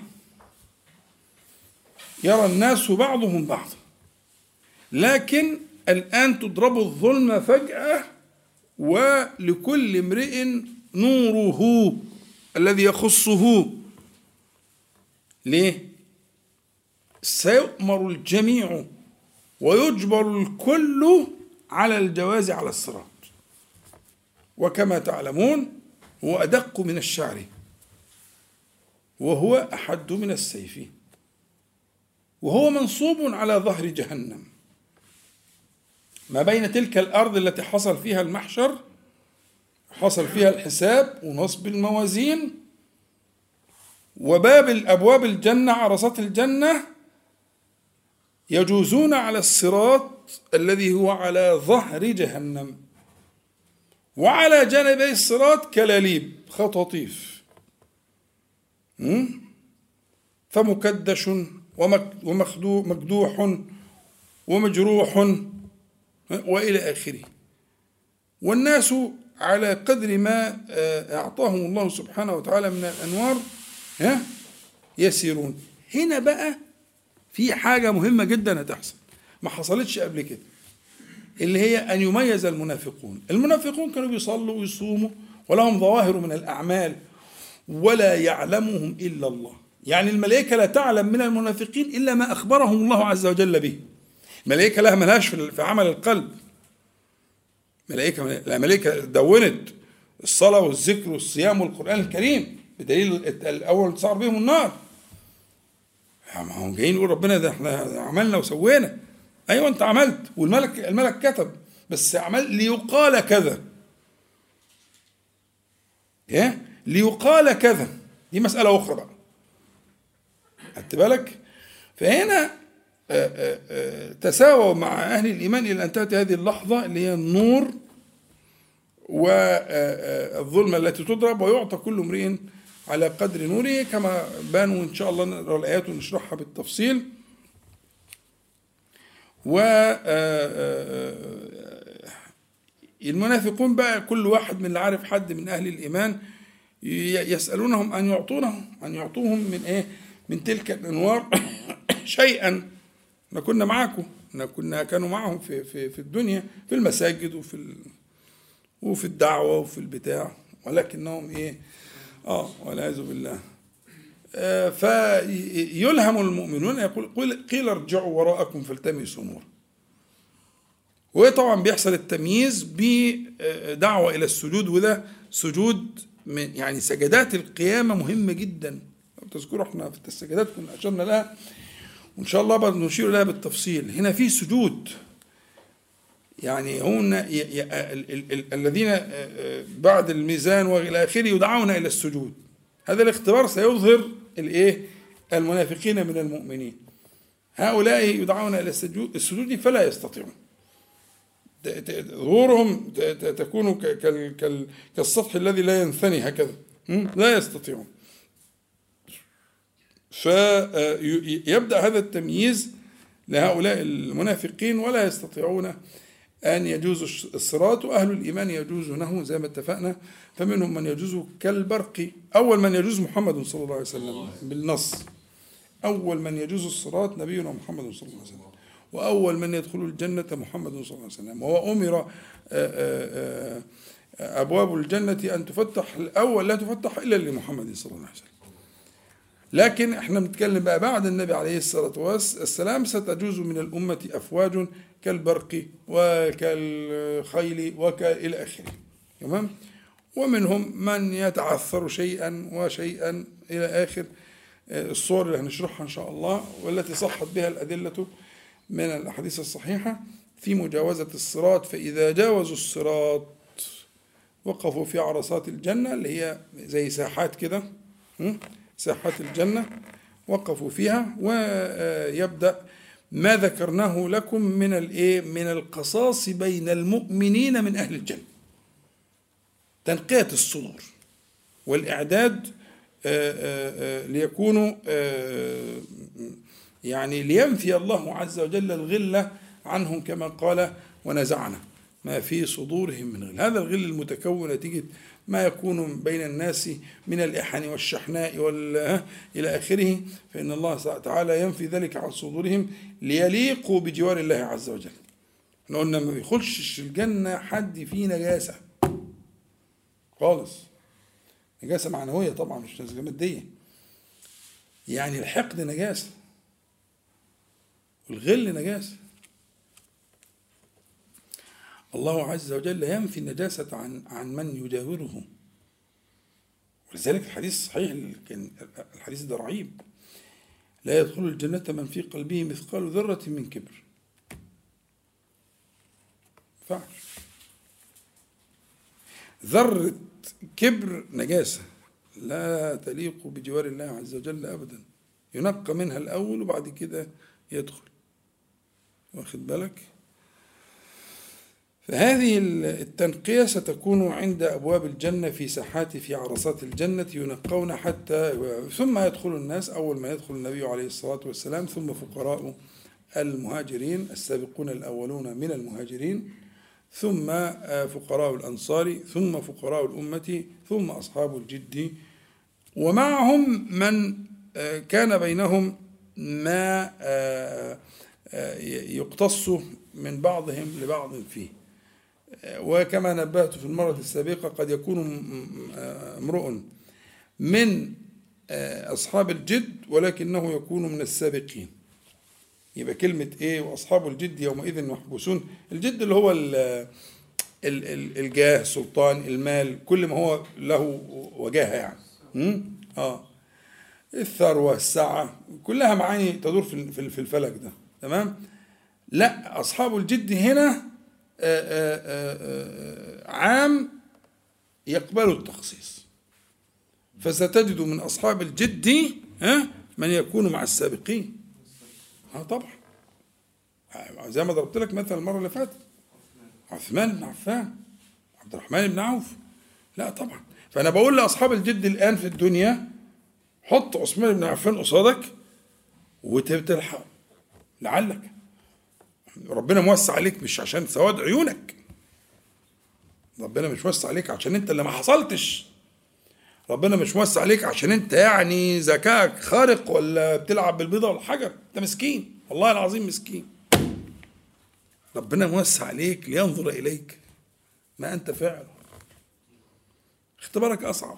يرى الناس بعضهم بعضا. لكن الآن تضرب الظلمة فجأة، ولكل امرئ نوره الذي يخصه. ليه؟ سيؤمر الجميع ويجبر الكل على الجواز على الصراط، وكما تعلمون هو أدق من الشعر، وهو أحد من السيف، وهو منصوب على ظهر جهنم، ما بين تلك الأرض التي حصل فيها المحشر، حصل فيها الحساب ونصب الموازين، وباب الأبواب الجنة، عرصات الجنة، يجوزون على الصراط الذي هو على ظهر جهنم، وعلى جانبي الصراط كلاليب خطاطيف، فمكدش ومكدوح ومجروح وإلى آخره. والناس على قدر ما أعطاهم الله سبحانه وتعالى من الأنوار ها يسيرون. هنا بقى في حاجة مهمة جدا هتحصل ما حصلتش قبل كده، اللي هي أن يميز المنافقون. المنافقون كانوا بيصلوا ويصوموا ولهم ظواهر من الأعمال ولا يعلمهم إلا الله. يعني الملائكة لا تعلم من المنافقين إلا ما أخبرهم الله عز وجل به. الملائكة لها ملهاش في عمل القلب. ملائكة لا، ملائكة دونت الصلاة والذكر والصيام والقرآن الكريم بدليل الأول تصعر بهم النار. ما هم جايين يقول ربنا ده احنا عملنا وسوينا. أيوة أنت عملت، والملك الملك كتب، بس عمل ليقال كذا. إيه؟ ليقال كذا، دي مسألة أخرى بقى. خدت بالك؟ فهنا تساووا مع أهل الإيمان إلى أن تأتي هذه اللحظة اللي هي النور والظلمة التي تضرب، ويعطى كل امرئ على قدر نوره كما بانوا إن شاء الله نقرأ الآيات ونشرحها بالتفصيل. والمنافقون بقى كل واحد من اللي عارف حد من أهل الإيمان يسألونهم أن يعطونهم أن يعطوهم من إيه؟ من تلك الأنوار شيئا. احنا كنا معاكم، احنا كنا كانوا معهم في في في الدنيا في المساجد وفي وفي الدعوة وفي البتاع، ولكنهم إيه آه والعياذ بالله. آه فيلهم المؤمنون يقول قيل ارجعوا وراءكم فالتمسوا نور. وطبعا بيحصل التمييز بدعوة إلى السجود، وده سجود من يعني سجدات القيامة مهمة جدا. تذكروا احنا في السجدات كنا أشرنا لها، وإن شاء الله بعد نشير لها بالتفصيل. هنا في سجود، يعني هم الذين بعد الميزان والى اخره يدعون الى السجود. هذا الاختبار سيظهر الايه؟ المنافقين من المؤمنين. هؤلاء يدعون الى السجود السجود فلا يستطيعون. ظهورهم تكون كالسطح الذي لا ينثني هكذا، لا يستطيعون. فيبدأ هذا التمييز لهؤلاء المنافقين، ولا يستطيعون أن يجوزوا الصراط، وأهل الإيمان يجوزونه زي ما اتفقنا. فمنهم من يجوزه كالبرق. أول من يجوز محمد صلى الله عليه وسلم بالنص، أول من يجوز الصراط نبينا محمد صلى الله عليه وسلم، وأول من يدخل الجنة محمد صلى الله عليه وسلم. وهو أمر أبواب الجنة أن تفتح الأول لا تفتح إلا لمحمد صلى الله عليه وسلم. لكن احنا بنتكلم بقى بعد النبي عليه الصلاة والسلام ستجوز من الأمة أفواج كالبرق وكالخيل وكإلى آخره. تمام؟ ومنهم من يتعثر شيئا وشيئا إلى آخر الصور اللي هنشرحها إن شاء الله، والتي صحت بها الأدلة من الأحاديث الصحيحة في مجاوزة الصراط. فإذا جاوزوا الصراط وقفوا في عرصات الجنة، اللي هي زي ساحات كده، ساحات الجنة، وقفوا فيها، ويبدأ ما ذكرناه لكم من الايه من القصاص بين المؤمنين من أهل الجنة، تنقية الصدور والإعداد ليكونوا يعني لينفي الله عز وجل الغلة عنهم، كما قال ونزعنا ما في صدورهم من غل. هذا الغل المتكون نتيجة ما يكون بين الناس من الإحن والشحناء إلى آخره، فإن الله تعالى ينفي ذلك عن صدورهم ليليقوا بجوار الله عز وجل. احنا قلنا ما بيخشش الجنة حد فيه نجاسة خالص، نجاسة معنوية طبعا مش نجاسة مادية. يعني الحقد نجاسة والغل نجاسة. الله عز وجل ينفي النجاسة عن عن من يجاوره، ولذلك الحديث الصحيح الحديث ده رهيب: لا يدخل الجنة من في قلبه مثقال ذرة من كبر. فعل ذرة كبر نجاسة لا تليق بجوار الله عز وجل أبدا، ينقى منها الأول وبعد كده يدخل. واخد بالك؟ فهذه التنقية ستكون عند أبواب الجنة في ساحات في عرصات الجنة ينقون حتى ثم يدخل الناس. أول ما يدخل النبي عليه الصلاة والسلام، ثم فقراء المهاجرين السابقون الأولون من المهاجرين، ثم فقراء الأنصار، ثم فقراء الأمة، ثم أصحاب الجد، ومعهم من كان بينهم ما يقتص من بعضهم لبعض فيه. وكما نبهت في المرة السابقة قد يكون امرؤ من أصحاب الجد ولكنه يكون من السابقين. يبقى كلمة إيه؟ وأصحاب الجد يومئذ محبوسون. الجد اللي هو الجاه، السلطان، المال، كل ما هو له وجاهة يعني. آه الثروة، السعة، كلها معاني تدور في الفلك ده. تمام؟ لا، أصحاب الجد هنا آآ آآ عام يقبل التخصيص. فستجد من أصحاب الجد من يكون مع السابقين. اه طبعا، زي ما ضربت لك مثلا المره اللي فاتت، عثمان بن عفان، عبد الرحمن بن عوف. لا طبعا. فانا بقول لاصحاب الجد الان في الدنيا، حط عثمان بن عفان قصادك وتلحق، لعلك ربنا موسع عليك، مش عشان سواد عيونك. ربنا مش موسع عليك عشان انت اللي ما حصلتش. ربنا مش موسع عليك عشان انت يعني ذكائك خارق ولا بتلعب بالبيضة والحجر. انت مسكين، والله العظيم مسكين. ربنا موسع عليك لينظر اليك ما انت فاعل. اختبارك اصعب.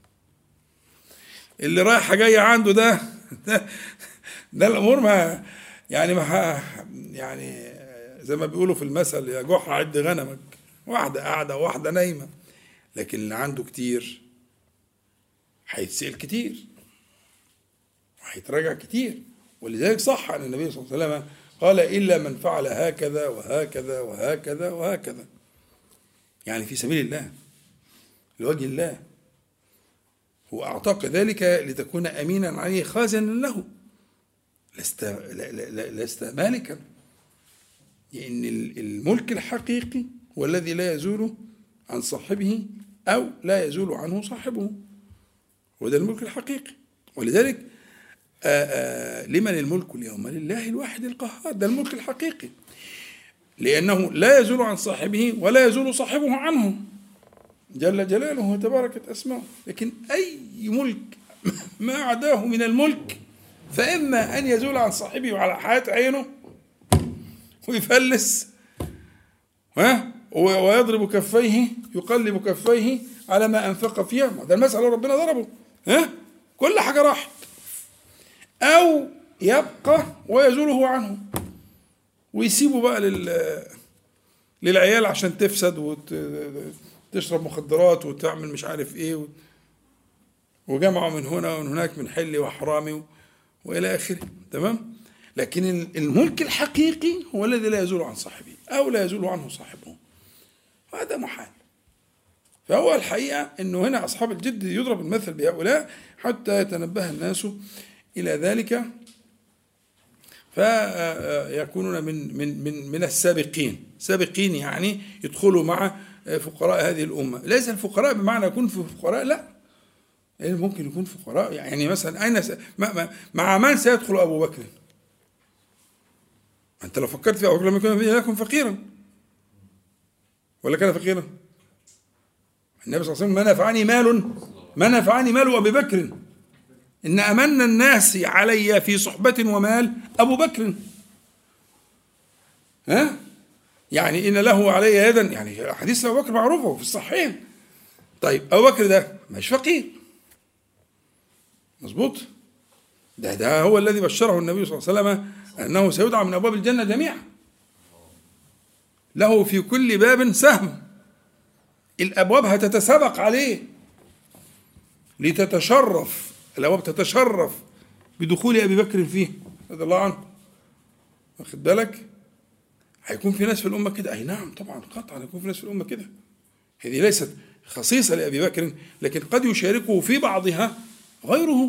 اللي رايحه جايه عنده ده ده, ده الامور ما يعني ما يعني زي ما بيقولوا في المثل، يا جحا عد غنمك، واحده قاعده وواحده نايمه. لكن اللي عنده كتير هيتسأل كتير وهيتراجع كتير. ولذلك صح عن النبي صلى الله عليه وسلم قال: إلا من فعل هكذا وهكذا وهكذا وهكذا، يعني في سبيل الله لوجه الله. هو أعطاك ذلك لتكون أمينا عليه خازنا له، لست لست مالكا. لأن الملك الحقيقي هو الذي لا يزول عن صاحبه أو لا يزول عنه صاحبه، وده الملك الحقيقي. ولذلك آآ آآ لمن الملك اليوم؟ لله الواحد القهار. ده الملك الحقيقي، لأنه لا يزول عن صاحبه ولا يزول صاحبه عنه جل جلاله وتباركت أسماؤه. لكن أي ملك ما عداه من الملك فإما أن يزول عن صاحبه وعلى حياة عينه ويفلس ها ويضرب كفيه، يقلب كفيه على ما أنفق فيها. ده المسألة ربنا ضربه، ها كل حاجة راحت. أو يبقى ويزوله عنه ويسيبه بقى لل للعيال عشان تفسد وتشرب مخدرات وتعمل مش عارف ايه، وجمعوا من هنا ومن هناك من حل وحرامي والى اخره. تمام. لكن الملك الحقيقي هو الذي لا يزول عن صاحبه او لا يزول عنه صاحبه، هذا محال. فهو الحقيقه انه هنا اصحاب الجد يضرب المثل بهؤلاء حتى يتنبه الناس الى ذلك، فيكونون من من من من السابقين. سابقين يعني يدخلوا مع فقراء هذه الامه. ليس الفقراء بمعنى يكون في فقراء، لا، يعني ممكن يكون فقراء. يعني مثلا اين س... مع من سيدخل ابو بكر؟ انت لو فكرت في ابو بكر لم يكن يكن فقيرا ولا كان فقيرا؟ النبي صلى الله عليه وسلم: ما نفعني مال ما نفعني مال ابي بكر، إن أمن الناس علي في صحبة ومال أبو بكر. ها؟ يعني إن له علي يدا، يعني حديث أبو بكر معروفة في الصحيحين. طيب أبو بكر ده مش فقير، مظبوط؟ ده ده هو الذي بشره النبي صلى الله عليه وسلم أنه سيدعى من أبواب الجنة جميعا، له في كل باب سهم، الأبواب هتتسابق عليه لتتشرف، الأبواب تتشرف بدخول أبي بكر فيه رضي الله عنه. واخد بالك؟ هيكون في ناس في الأمة كده. أي نعم طبعا قطعا هيكون في ناس في الأمة كده. هذه ليست خصيصة لأبي بكر، لكن قد يشاركه في بعضها غيره.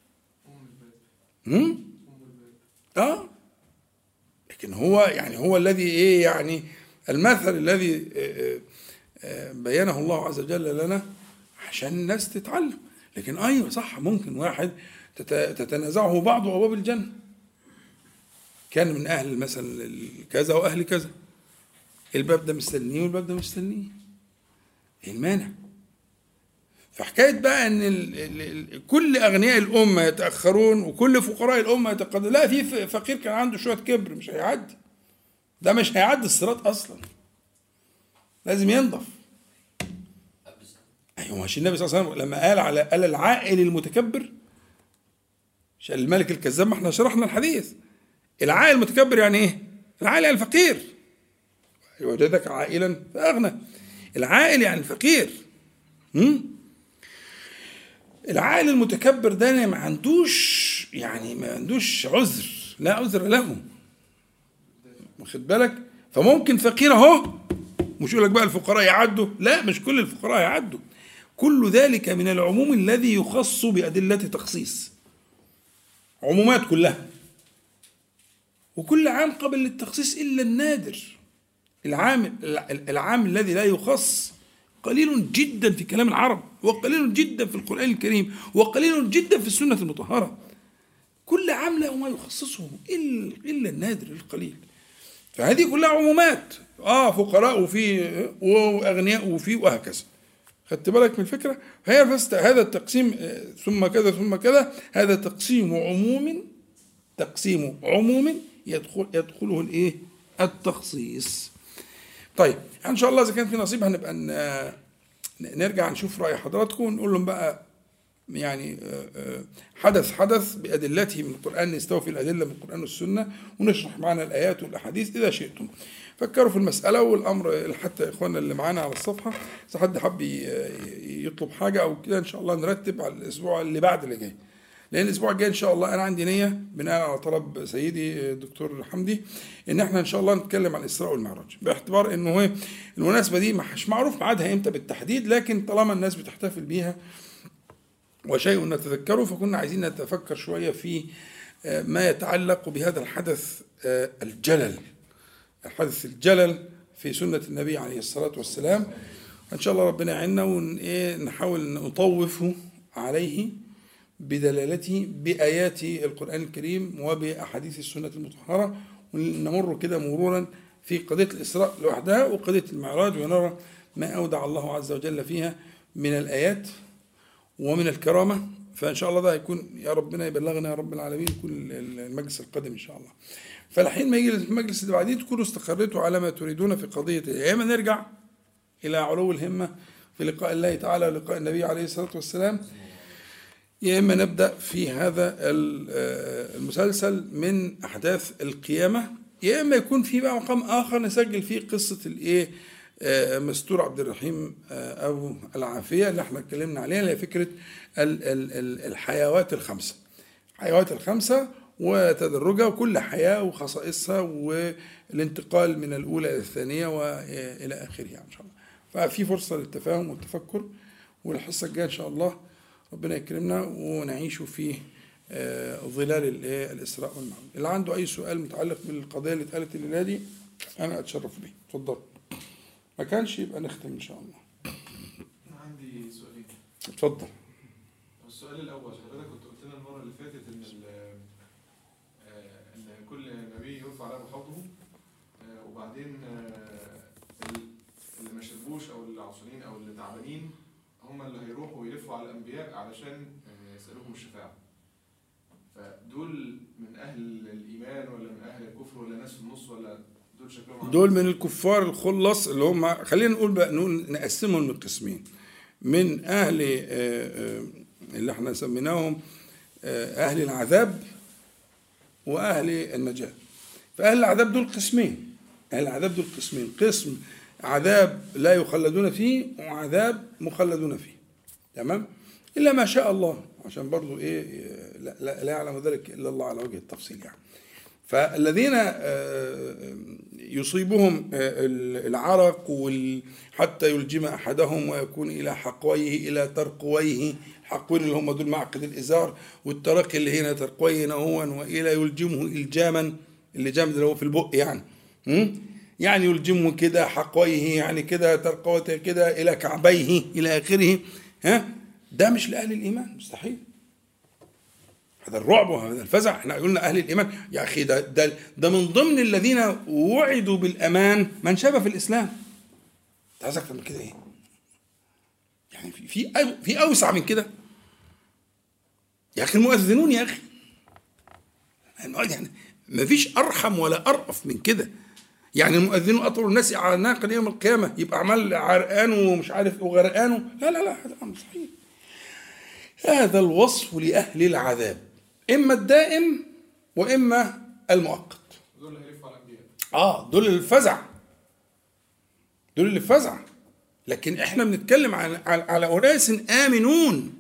هم؟ آه لكن هو يعني هو الذي إيه يعني المثل الذي بينه الله عز وجل لنا عشان الناس تتعلم. لكن أيوة صح، ممكن واحد تتنازعه بعض أبواب الجنة، كان من أهل مثلا كذا وأهل كذا، الباب ده مستنيه والباب ده مستنيه، إيه المانع؟ فحكاية بقى أن ال ال كل أغنياء الأمة يتأخرون وكل فقراء الأمة يتقدمون، لا، في فقير كان عنده شوية كبر مش هيعدي، ده مش هيعدي الصراط أصلا، لازم ينضف. أيوة، مش النبي صلى الله عليه وسلم لما قال على قال العائل المتكبر، مش الملك الكذاب، ما احنا شرحنا الحديث. العائل المتكبر يعني ايه؟ العائل يعني الفقير، وجدك عائلا فأغنى. العائل يعني الفقير. هم؟ العائل المتكبر ده ما عندوش يعني ما عندوش عذر، لا عذر له، واخد بالك؟ فممكن فقير اهو، مش يقول لك بقى الفقراء يعدوا، لا، مش كل الفقراء يعدوا، كل ذلك من العموم الذي يخص بأدلة تخصيص. عمومات كلها، وكل عام قابل للتخصيص إلا النادر. العام العام الذي لا يخص قليل جدا في كلام العرب، وقليل جدا في القرآن الكريم، وقليل جدا في السنة المطهرة. كل عام له ما يخصصه إلا النادر القليل. فهذه كلها عمومات، اه فقراء وفي واغنياء وفي وهكذا. خدت بالك من الفكره؟ هي هذا التقسيم ثم كذا ثم كذا، هذا تقسيم عموم، تقسيم عموم يدخل يدخله الايه؟ التخصيص. طيب ان شاء الله اذا كان في نصيب هنبقى نرجع نشوف راي حضراتكم ونقول لهم بقى يعني حدث حدث بأدلته من القرآن، نستوفي الأدلة من القرآن والسنة ونشرح معنا الآيات والأحاديث إذا شئتم. فكروا في المسألة، والأمر حتى إخواننا اللي معانا على الصفحة إذا حد حب يطلب حاجة أو كده إن شاء الله نرتب على الأسبوع اللي بعد اللي جاي، لأن الأسبوع الجاي إن شاء الله أنا عندي نية بناء على طلب سيدي الدكتور حمدي إن إحنا إن شاء الله نتكلم عن الإسراء والمعراج، باعتبار إنه هي المناسبة دي مش معروف ميعادها إمتى بالتحديد، لكن طالما الناس بتحتفل بيها وشيء نتذكره فكنا عايزين نتفكر شوية في ما يتعلق بهذا الحدث الجلل، الحدث الجلل في سنة النبي عليه الصلاة والسلام. إن شاء الله ربنا يعيننا ونحاول نطوفه عليه بدلالته بآيات القرآن الكريم وبأحاديث السنة المطهرة، ونمر كده مرورا في قضية الإسراء لوحدها وقضية المعراج، ونرى ما أودع الله عز وجل فيها من الآيات ومن الكرامة. فإن شاء الله ده هيكون يا ربنا يبلغنا يا رب العالمين كل المجلس القادم إن شاء الله. فالحين ما يجي المجلس اللي بعدين تكونوا استقريتوا على ما تريدون في قضية، يا إما نرجع إلى علو الهمة في لقاء الله تعالى ولقاء النبي عليه الصلاة والسلام، يا إما نبدأ في هذا المسلسل من أحداث القيامة، يا إما يكون في بقى مقام آخر نسجل فيه قصة الإيه مستور عبد الرحيم أبو العافية اللي احنا اتكلمنا عليها، اللي هي فكرة الحيوات الخمسة، الحيوات الخمسة وتدرجها وكل حياة وخصائصها والانتقال من الأولى إلى الثانية وإلى آخرها إن شاء الله. ففي فرصة للتفاهم والتفكر، والحصة الجاية إن شاء الله ربنا يكرمنا ونعيش في ظلال الإسراء والمعراج. اللي عنده أي سؤال متعلق بالقضية اللي اتقالت الليلة دي أنا أتشرف به، اتفضل. ما كانش يبقى نختم إن شاء الله. أنا عندي سؤالين. اتفضل. السؤال الأول، حضرتك كنت قلت لنا المرة اللي فاتت إن إن كل نبي يرفع له حوضه، وبعدين اللي ما شربوش أو العطشانين أو اللي تعبانين هم اللي هيروحوا ويلفوا على الأنبياء علشان يسألوهم الشفاعة. فدول من أهل الإيمان ولا من أهل الكفر ولا ناس في النص ولا دول شكلهم؟ دول من الكفار الخلص اللي هم، خلينا نقول بقى نقول نقسمهم لقسمين، من أهل اللي احنا سميناهم أهل العذاب وأهل النجاة. فأهل العذاب دول قسمين، أهل العذاب دول قسمين، قسم عذاب لا يخلدون فيه وعذاب مخلدون فيه، تمام؟ إلا ما شاء الله، عشان برضو إيه لا, لا, لا يعلم ذلك إلا الله على وجه التفصيل يعني. فالذين يصيبهم العرق حتى يلجم أحدهم ويكون إلى حقويه إلى ترقويه، حقوين اللي هم دول معقد الإزار، والترقي اللي هنا ترقويه هنا هو، وإلى يلجمه إلجاما، اللي جامد اللي هو في البق يعني، يعني يلجمه كده حقويه يعني كده ترقوته كده إلى كعبيه إلى آخره. ها ده مش لأهل الإيمان، مستحيل. هذا الرعب وهذا الفزع. احنا قلنا أهل الإيمان يا أخي، ده, ده, ده من ضمن الذين وعدوا بالأمان من شاب في الإسلام. انت عايز أكتر من كده إيه؟ يعني في في في أوسع من كده يا أخي. المؤذنون يا أخي يعني ما فيش أرحم ولا أرأف من كده. يعني المؤذنون أطول الناس على الناقة يوم القيامة، يبقى عمال عرقان ومش عارف وغرقان. لا لا لا، هذا مستحيل. هذا الوصف لأهل العذاب، إما الدائم وإما المؤقت. دول اللي هيلفوا على الأنبياء. آه دول الفزع، دول اللي فزع. لكن إحنا بنتكلم على على أناس آمنون،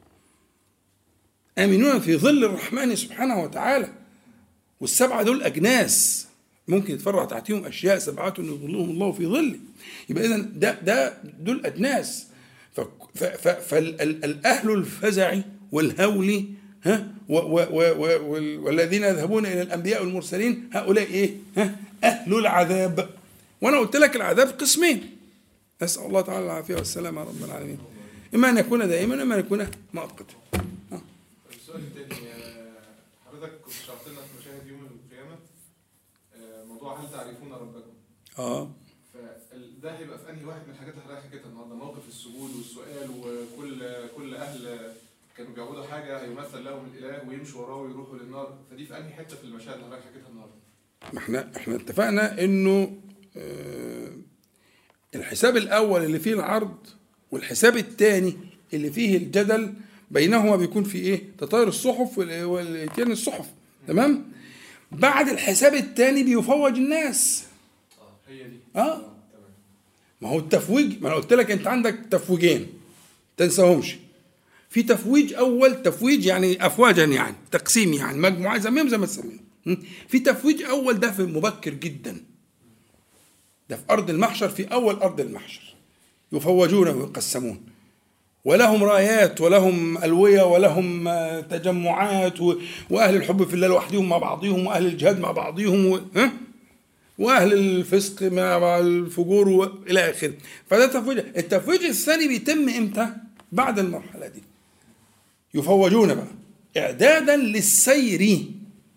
آمنون في ظل الرحمن سبحانه وتعالى. والسبعة دول أجناس ممكن يتفرع تحتهم أشياء، سبعة يظلهم الله في ظله. يبقى إذن ده ده دول أجناس. فالأهل الفزع والهول ها و و و و والذين يذهبون إلى الأنبياء والمرسلين هؤلاء إيه؟ ها أهل العذاب. وأنا قلت لك العذاب قسمين، نسأل الله تعالى العافية والسلامة يا رب العالمين، إما أن يكون دائما إما أن يكون مؤقتا. السؤال الثاني، حضرتك كنت شرحت لنا في مشاهد يوم القيامة موضوع هل تعرفون ربكم؟ اه فده هيبقى في انهي واحد من الحاجات اللي حضرتك حكيتها النهارده؟ موقف السجود والسؤال، وكل كل اهل كانوا بيعبدوا حاجه هيمثل لهم الاله ويمشوا وراه ويروحوا للنار، فدي في انهي حته في المشاهد اللي حضرتك حكيتها النهارده؟ ما احنا احنا اتفقنا انه اه الحساب الاول اللي فيه العرض والحساب الثاني اللي فيه الجدل بينهما بيكون في ايه؟ تطاير الصحف والاتيان الصحف. تمام؟ بعد الحساب الثاني بيفوج الناس. اه هي دي. اه ما هو التفويج، ما انا قلت لك انت عندك تفويجين تنساهمش. في تفويج اول، تفويج يعني افواجا، يعني تقسيم، يعني مجموعه زميهم زي ما تسميهم. في تفويج اول ده في مبكر جدا، ده في ارض المحشر، في اول ارض المحشر يفوجون ويقسمون، ولهم رايات ولهم الويه ولهم تجمعات، واهل الحب في الله لوحدهم مع بعضهم، واهل الجهاد مع بعضهم، و... ها؟ واهل الفسق مع الفجور والى اخره. فده تفويج. التفويج الثاني بيتم امتى؟ بعد المرحله دي يفوجون بقى اعدادا للسير.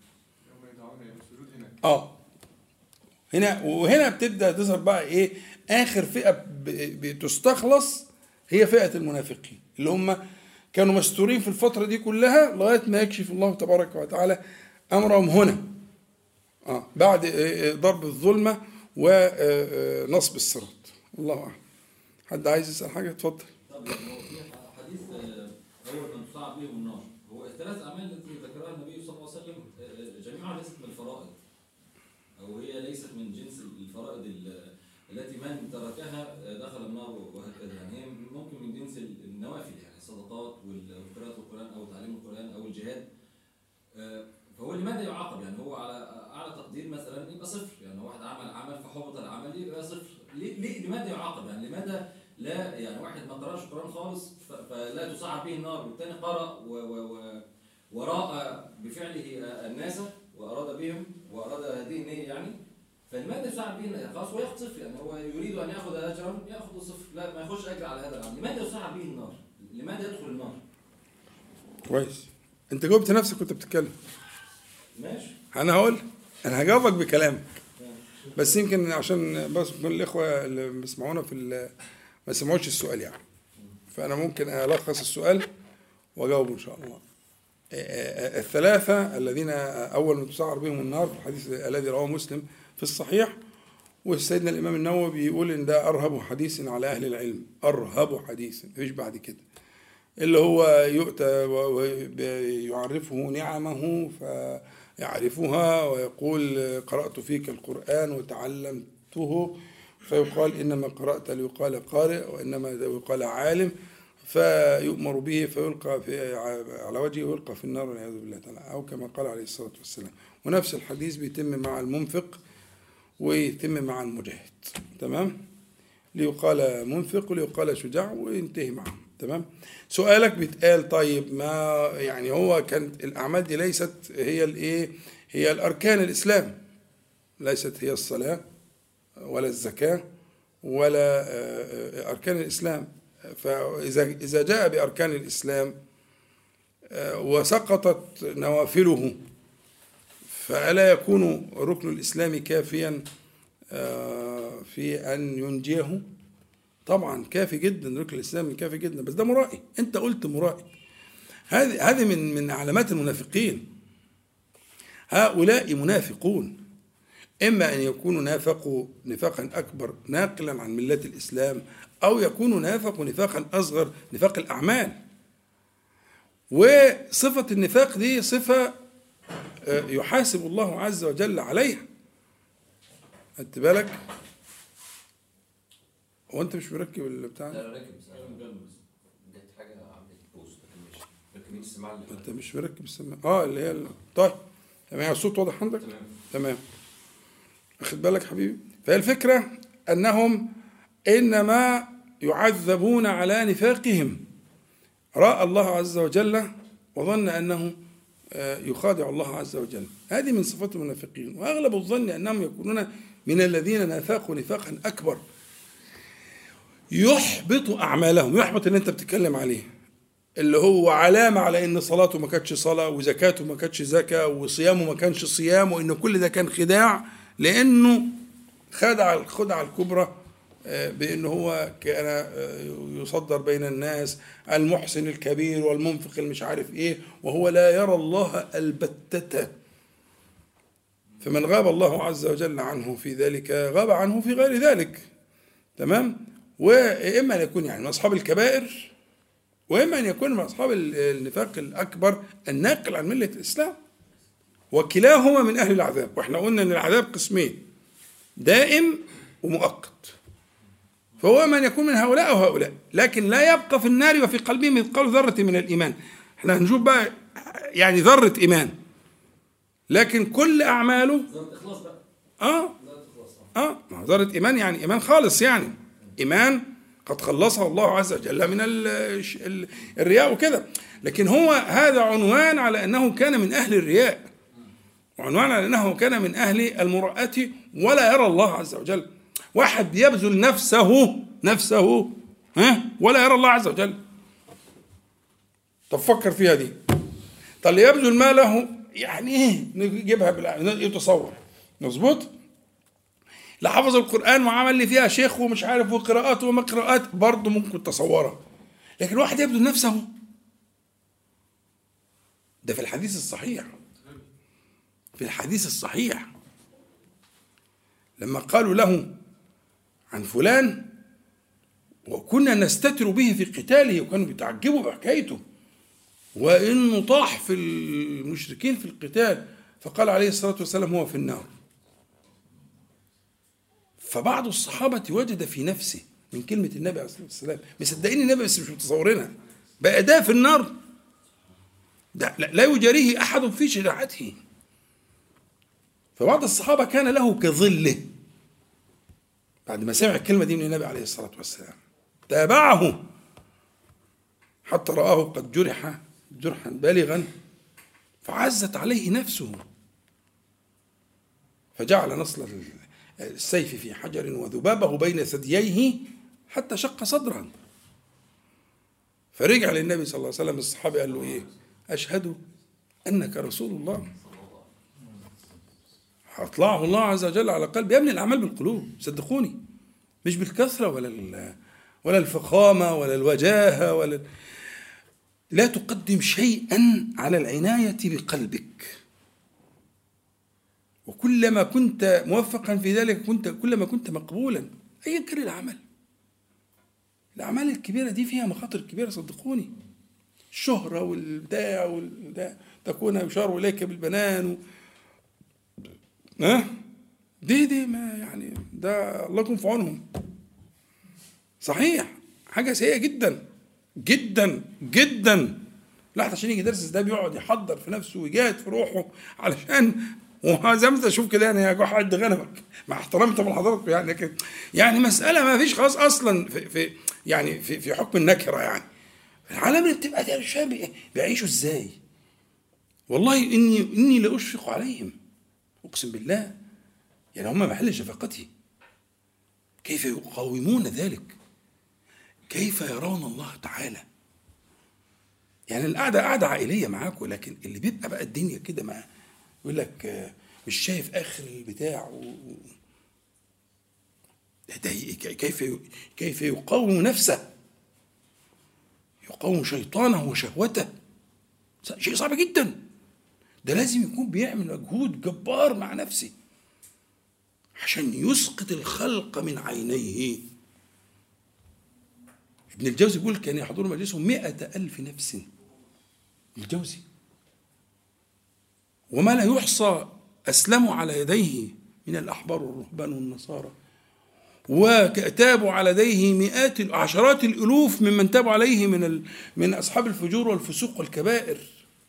اه هنا وهنا بتبدا تظهر بقى ايه؟ اخر فئه بتستخلص هي فئه المنافقين اللي هم كانوا مستورين في الفتره دي كلها لغايه ما يكشف الله تبارك وتعالى امرهم هنا. آه بعد ضرب الظلمة ونصب الصراط. الله أعلم. حد عايز يسأل حاجة؟ اتفضل. طب هو في حديث أول من تصعب بهم النار، هو الثلاث أعمال التي ذكرها النبي صلى الله عليه وسلم جميعها ليست من الفرائض، أو هي ليست من جنس الفرائض التي من تركها دخل النار وهكذا، يعني هي ممكن من جنس النوافل، يعني الصدقات وقراءة القرآن أو تعليم القرآن أو الجهاد. فهو لماذا يعاقب؟ يعني هو على اعلى تقدير مثلا يبقى صفر، يعني واحد عمل عمل فحبط العمل يبقى صفر. ليه, ليه لماذا يعاقب؟ يعني لماذا لا، يعني واحد ما قراش القران خالص فلا تصعب به النار، والثاني قرأ وراء بفعله الناس واراد بهم واراد هذه النية، يعني فلماذا يصعب به النار؟ خلاص هو ياخذ صفر، يعني هو يريد ان ياخذ اجرا ياخذ صفر، لا ما ياخذش اجر على هذا العمل. لماذا يصعب به النار؟ لماذا يدخل النار؟ كويس، انت جاوبت نفسك كنت بتتكلم. ماشي، انا هقول انا هجاوبك بكلامك، بس يمكن عشان بس كل الاخوه اللي بيسمعونا في ما سمعوش السؤال يعني، فانا ممكن الخص السؤال واجاوبه ان شاء الله. الثلاثه الذين اول من تسعر بهم النار في الحديث الذي رواه مسلم في الصحيح، وسيدنا الامام النووي بيقول ان ده ارهب حديث على اهل العلم، ارهب حديث مفيش بعد كده، اللي هو يؤتى ويعرفه نعمه فيعرفها ويقول قرأت فيك القرآن وتعلمته، فيقال إنما قرأت ليقال قارئ وإنما يقال عالم، فيؤمر به فيلقى في على وجهه ويلقى في النار والعياذ بالله تعالى، أو كما قال عليه الصلاة والسلام. ونفس الحديث بيتم مع المنفق ويتم مع المجاهد. تمام؟ ليقال منفق وليقال شجاع وينتهي معه. تمام. سؤالك بيتقال طيب ما يعني هو كانت الأعمال دي ليست هي الإيه؟ هي الأركان الإسلام، ليست هي الصلاة ولا الزكاة ولا أركان الإسلام. فإذا إذا جاء بأركان الإسلام وسقطت نوافله فألا يكون ركن الإسلام كافيا في أن ينجيه؟ طبعا كافي جدا، ركن الإسلام كافي جدا، بس ده مرائي. أنت قلت مرائي. هذه هذه من من علامات المنافقين. هؤلاء منافقون، إما أن يكونوا نافقوا نفاقا أكبر ناقلا عن ملة الإسلام، أو يكونوا نافقوا نفاقا أصغر نفاق الأعمال. وصفة النفاق دي صفة يحاسب الله عز وجل عليها. خدت بالك؟ هو انت مش مركب البتاع؟ لا راكب بس جت حاجه عملت بوست لكن مش مركبين السماعه اللي انت مش مركب السماعه اه اللي هي ال... طيب تمام. الصوت واضح عندك؟ تمام تمام. واخد بالك حبيبي؟ فهي الفكره انهم انما يعذبون على نفاقهم. راى الله عز وجل وظن أنه يخادع الله عز وجل. هذه من صفات المنافقين، وأغلب الظن أنهم يكونون من الذين نافقوا نفاقا أكبر يحبط أعمالهم. يحبط اللي أنت بتتكلم عليه، اللي هو علامة على إن صلاته ما كانتش صلاة، وزكاته ما كانتش زكاة، وصيامه ما كانش صيام، وإن كل ده كان خداع، لأنه خدع الخدعة الكبرى بأنه هو كان يصدر بين الناس المحسن الكبير والمنفق المش عارف إيه، وهو لا يرى الله البتة. فمن غاب الله عز وجل عنه في ذلك غاب عنه في غير ذلك. تمام. وإما أن يكون يعني من أصحاب الكبائر، وإما أن يكون من أصحاب النفاق الأكبر الناقل عن ملة الإسلام، وكلاهما من أهل العذاب. وإحنا قلنا أن العذاب قسمين، دائم ومؤقت، فهو من يكون من هؤلاء أو هؤلاء، لكن لا يبقى في النار وفي قلبه مثقال ذرة من الإيمان. احنا هنشوف بقى يعني ذرة إيمان، لكن كل أعماله ذرة إخلاص بقى. آه آه ما ذرة إيمان يعني إيمان خالص، يعني إيمان قد خلصه الله عز وجل من الرياء وكده. لكن هو هذا عنوان على أنه كان من أهل الرياء، وعنوان على أنه كان من أهل المرأة ولا يرى الله عز وجل. واحد يبذل نفسه نفسه ها ولا يرى الله عز وجل. طب فكر فيها دي. طب يبذل ماله يعني ايه نجيبها بالعقل يتصور مظبوط؟ لا حفظ القرآن وعمل لي فيها شيخ ومش عارف وقراءات وما قراءات برضه ممكن تصورها، لكن واحد يبذل نفسه ده في الحديث الصحيح، في الحديث الصحيح لما قالوا له عن فلان وكنا نستتر به في قتاله، وكانوا بيتعجبوا بحكايته وإنه طاح في المشركين في القتال، فقال عليه الصلاة والسلام هو في النار. فبعض الصحابة وجد في نفسه من كلمة النبي عليه الصلاة والسلام، مصدقين النبي بس مش متصورينها، بقى ده في النار، ده لا يجاريه أحد في شجاعته. فبعض الصحابة كان له كظله بعد ما سمع الكلمة دي من النبي عليه الصلاة والسلام، تابعه حتى رآه قد جرح جرحا بالغا فعزت عليه نفسه، فجعل نصل السيف في حجر وذبابه بين ثدييه حتى شق صدره. فرجع للنبي صلى الله عليه وسلم الصحابي قال له ايه؟ أشهد أنك رسول الله. أطلعه الله عز وجل على قلب. يبني الأعمال بالقلوب صدقوني، مش بالكثرة ولا ولا الفخامة ولا الوجاهة ولا لا تقدم شيئا على العناية بقلبك، وكلما كنت موفقا في ذلك كنت كلما كنت مقبولا أيا كان العمل. الأعمال الكبيرة دي فيها مخاطر كبيرة صدقوني، الشهرة والبتاع والبتاع تكون يشار إليك بالبنان و... ها دي دي ما يعني ده الله يكون في عونهم. صحيح حاجة سيئة جدا جدا جدا. لا عشان يجي درس ده بيقعد يحضر في نفسه ويجاهد في روحه علشان وزي ما انت تشوف كده يعني يا جوح قد غنمك مع احترامي طبعا لحضراتكم يعني، لكن يعني مسألة ما فيش خلاص أصلا في, في يعني في, في حكم النكرة. يعني العالم اللي بتبقى دي الشباب بيعيشوا ازاي؟ والله إني إني لأشفق عليهم أقسم بالله، يعني هم محل شفقتي. كيف يقاومون ذلك؟ كيف يرون الله تعالى؟ يعني القعدة قعدة عائلية معاكم، لكن اللي بيبقى بقى الدنيا كده مع يقول لك مش شايف آخر البتاع و... ده كيف كيف يقاوم نفسه، يقاوم شيطانه وشهوته، شيء صعب جدا. ده لازم يكون بيعمل مجهود جبار مع نفسه عشان يسقط الخلق من عينيه. ابن الجوزي يقول كان يحضر مجلسهم مئة ألف نفس، الجوزي، وما لا يحصى أسلموا على يديه من الأحبار والرهبان والنصارى، وتابوا على يديه مئات عشرات الألوف ممن تابوا عليه من من أصحاب الفجور والفسوق والكبائر.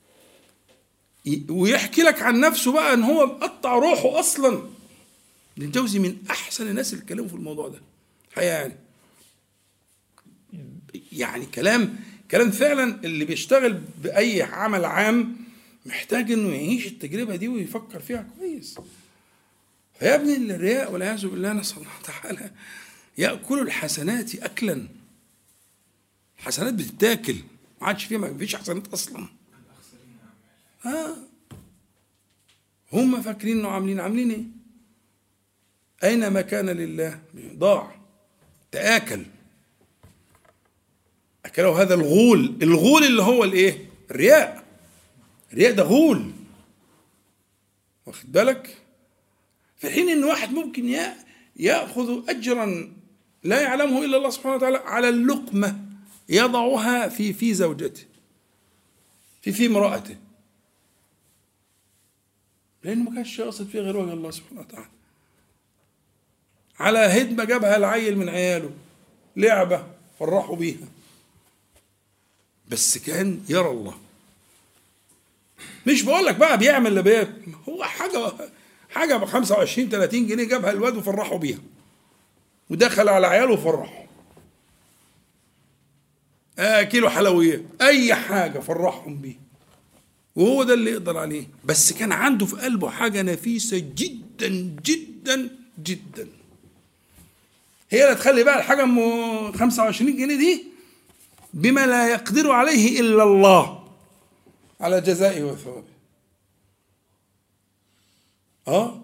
ويحكي لك عن نفسه بقى ان هو مقطع روحه اصلا. الجوزي من احسن الناس اللي اتكلموا في الموضوع ده الحقيقه، يعني يعني كلام كلام فعلا اللي بيشتغل بأي عمل عام محتاج انه يعيش التجربة دي ويفكر فيها كويس. فيا ابني الرياء والعياذ بالله نسأل الله تعالى يأكل الحسنات أكلا. الحسنات بتتاكل، ما عادش فيها، ما فيش حسنات أصلا. ها هم فاكرين انه عاملين عاملين ايه؟ أين ما كان لله ضاع، تآكل، أكله هذا الغول. الغول اللي هو الإيه؟ الرياء. الرياء ده غول، واخد بالك؟ في حين إن واحد ممكن يأخذ أجرا لا يعلمه إلا الله سبحانه وتعالى على اللقمة يضعها في في زوجته، في في امرأته، لأنه ما كانش يقصد فيه غير وجه الله سبحانه وتعالى. على هدمة جابها العيل من عياله، لعبة فرحوا بيها، بس كان يرى الله. مش بقول لك بقى بيعمل لبيت، هو حاجة حاجة ب خمسة وعشرين ثلاثين جنيه جابها الواد وفرحوا بيها، ودخل على عياله وفرحوا. آه كيلو حلويات، أي حاجة فرحهم بيها، وهو ده اللي يقدر عليه. بس كان عنده في قلبه حاجة نفيسة جدا جدا جدا، هي اللي تخلي بقى الحاجة ام خمسة وعشرين جنيه دي بما لا يقدر عليه إلا الله على جزائه وثوابه. اه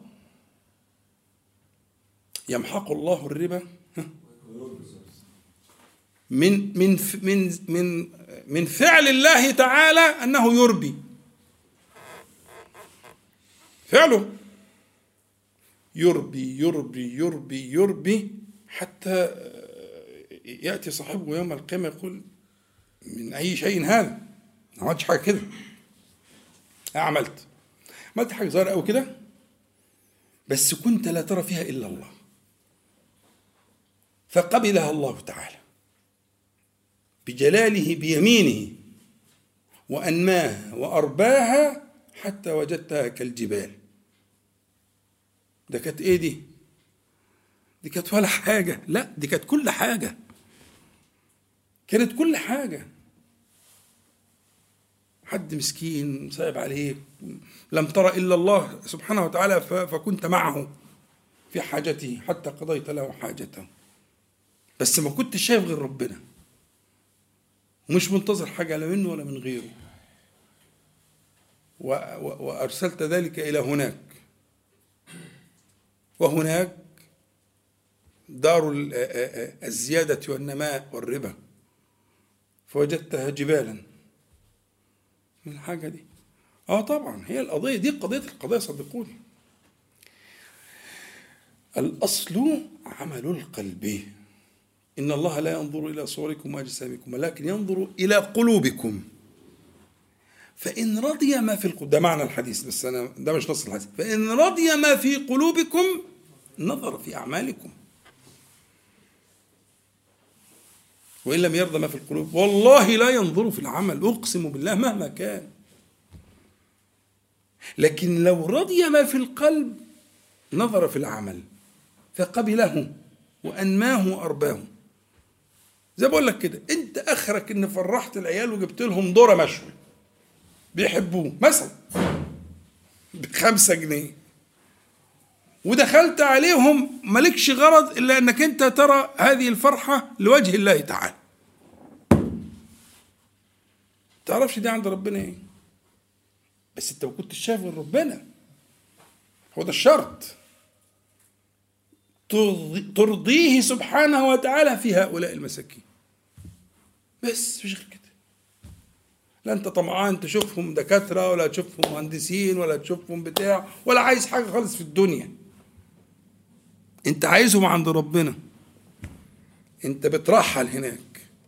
يمحق الله الربا من من من من من فعل الله تعالى أنه يربي، فعله يربي يربي يربي يربي حتى يأتي صاحبه يوم القيامة يقول من أي شيء هذا؟ ما عملتش حاجة كده، عملت عملت حاجة صغيرة أوي كده، بس كنت لا ترى فيها إلا الله، فقبلها الله تعالى بجلاله بيمينه وأنماها وأرباها حتى وجدتها كالجبال. ده كانت إيه دي؟ دي كانت ولا حاجة، لا دي كانت كل حاجة، كانت كل حاجة. حد مسكين صعب عليك، لم ترى إلا الله سبحانه وتعالى فكنت معه في حاجته حتى قضيت له حاجته، بس ما كنت شايف غير ربنا ومش منتظر حاجة لا منه ولا من غيره، وأرسلت ذلك إلى هناك، وهناك دار الزيادة والنماء والربا، فوجدتها جبالا من الحاجة دي. اه طبعا هي القضية دي قضية القضايا، صدقوني. الأصل عمل القلب، إن الله لا ينظر إلى صوركم وأجسامكم ولكن ينظر إلى قلوبكم، فإن رضي ما في القلوب، ده معنى الحديث بس أنا ده مش نص الحديث، فإن رضي ما في قلوبكم نظر في أعمالكم، وإن لم يرضى ما في القلوب والله لا ينظر في العمل، أقسم بالله مهما كان. لكن لو رضي ما في القلب نظر في العمل فقبله وأنماه وأرباه. زي بقول لك كده، أنت آخرك إن فرحت العيال وجبت لهم ذرة مشوي بيحبوه مثلا بخمسة جنيه، ودخلت عليهم مالكش غرض إلا أنك أنت ترى هذه الفرحة لوجه الله تعالى، تعرفش دي عند ربنا إيه، بس أنت ما كنتش شايف غير ربنا، هو ده الشرط، ترضيه سبحانه وتعالى في هؤلاء المساكين، بس مش غير كده. لا أنت طمعان تشوفهم دكاترة ولا تشوفهم مهندسين ولا تشوفهم بتاع، ولا عايز حاجة خالص في الدنيا، أنت عايزهم عند ربنا، أنت بترحل هناك،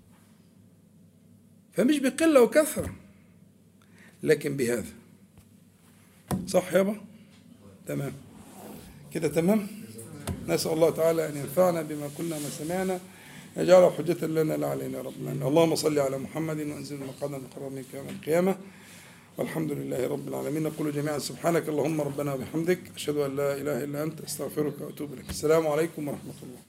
فمش بقلة وكثرة لكن بهذا. صح يابا؟ تمام كده، تمام. نسأل الله تعالى أن ينفعنا بما كنا ما سمعنا، يجعله حجة لنا لا علينا يا رب العالمين. اللهم صل على محمد وأنزل مقعدا مقررا منك يوم القيامة، والحمد لله رب العالمين. نقول جميعا سبحانك اللهم ربنا وبحمدك، أشهد أن لا إله إلا أنت، أستغفرك وأتوب إليك. السلام عليكم ورحمة الله.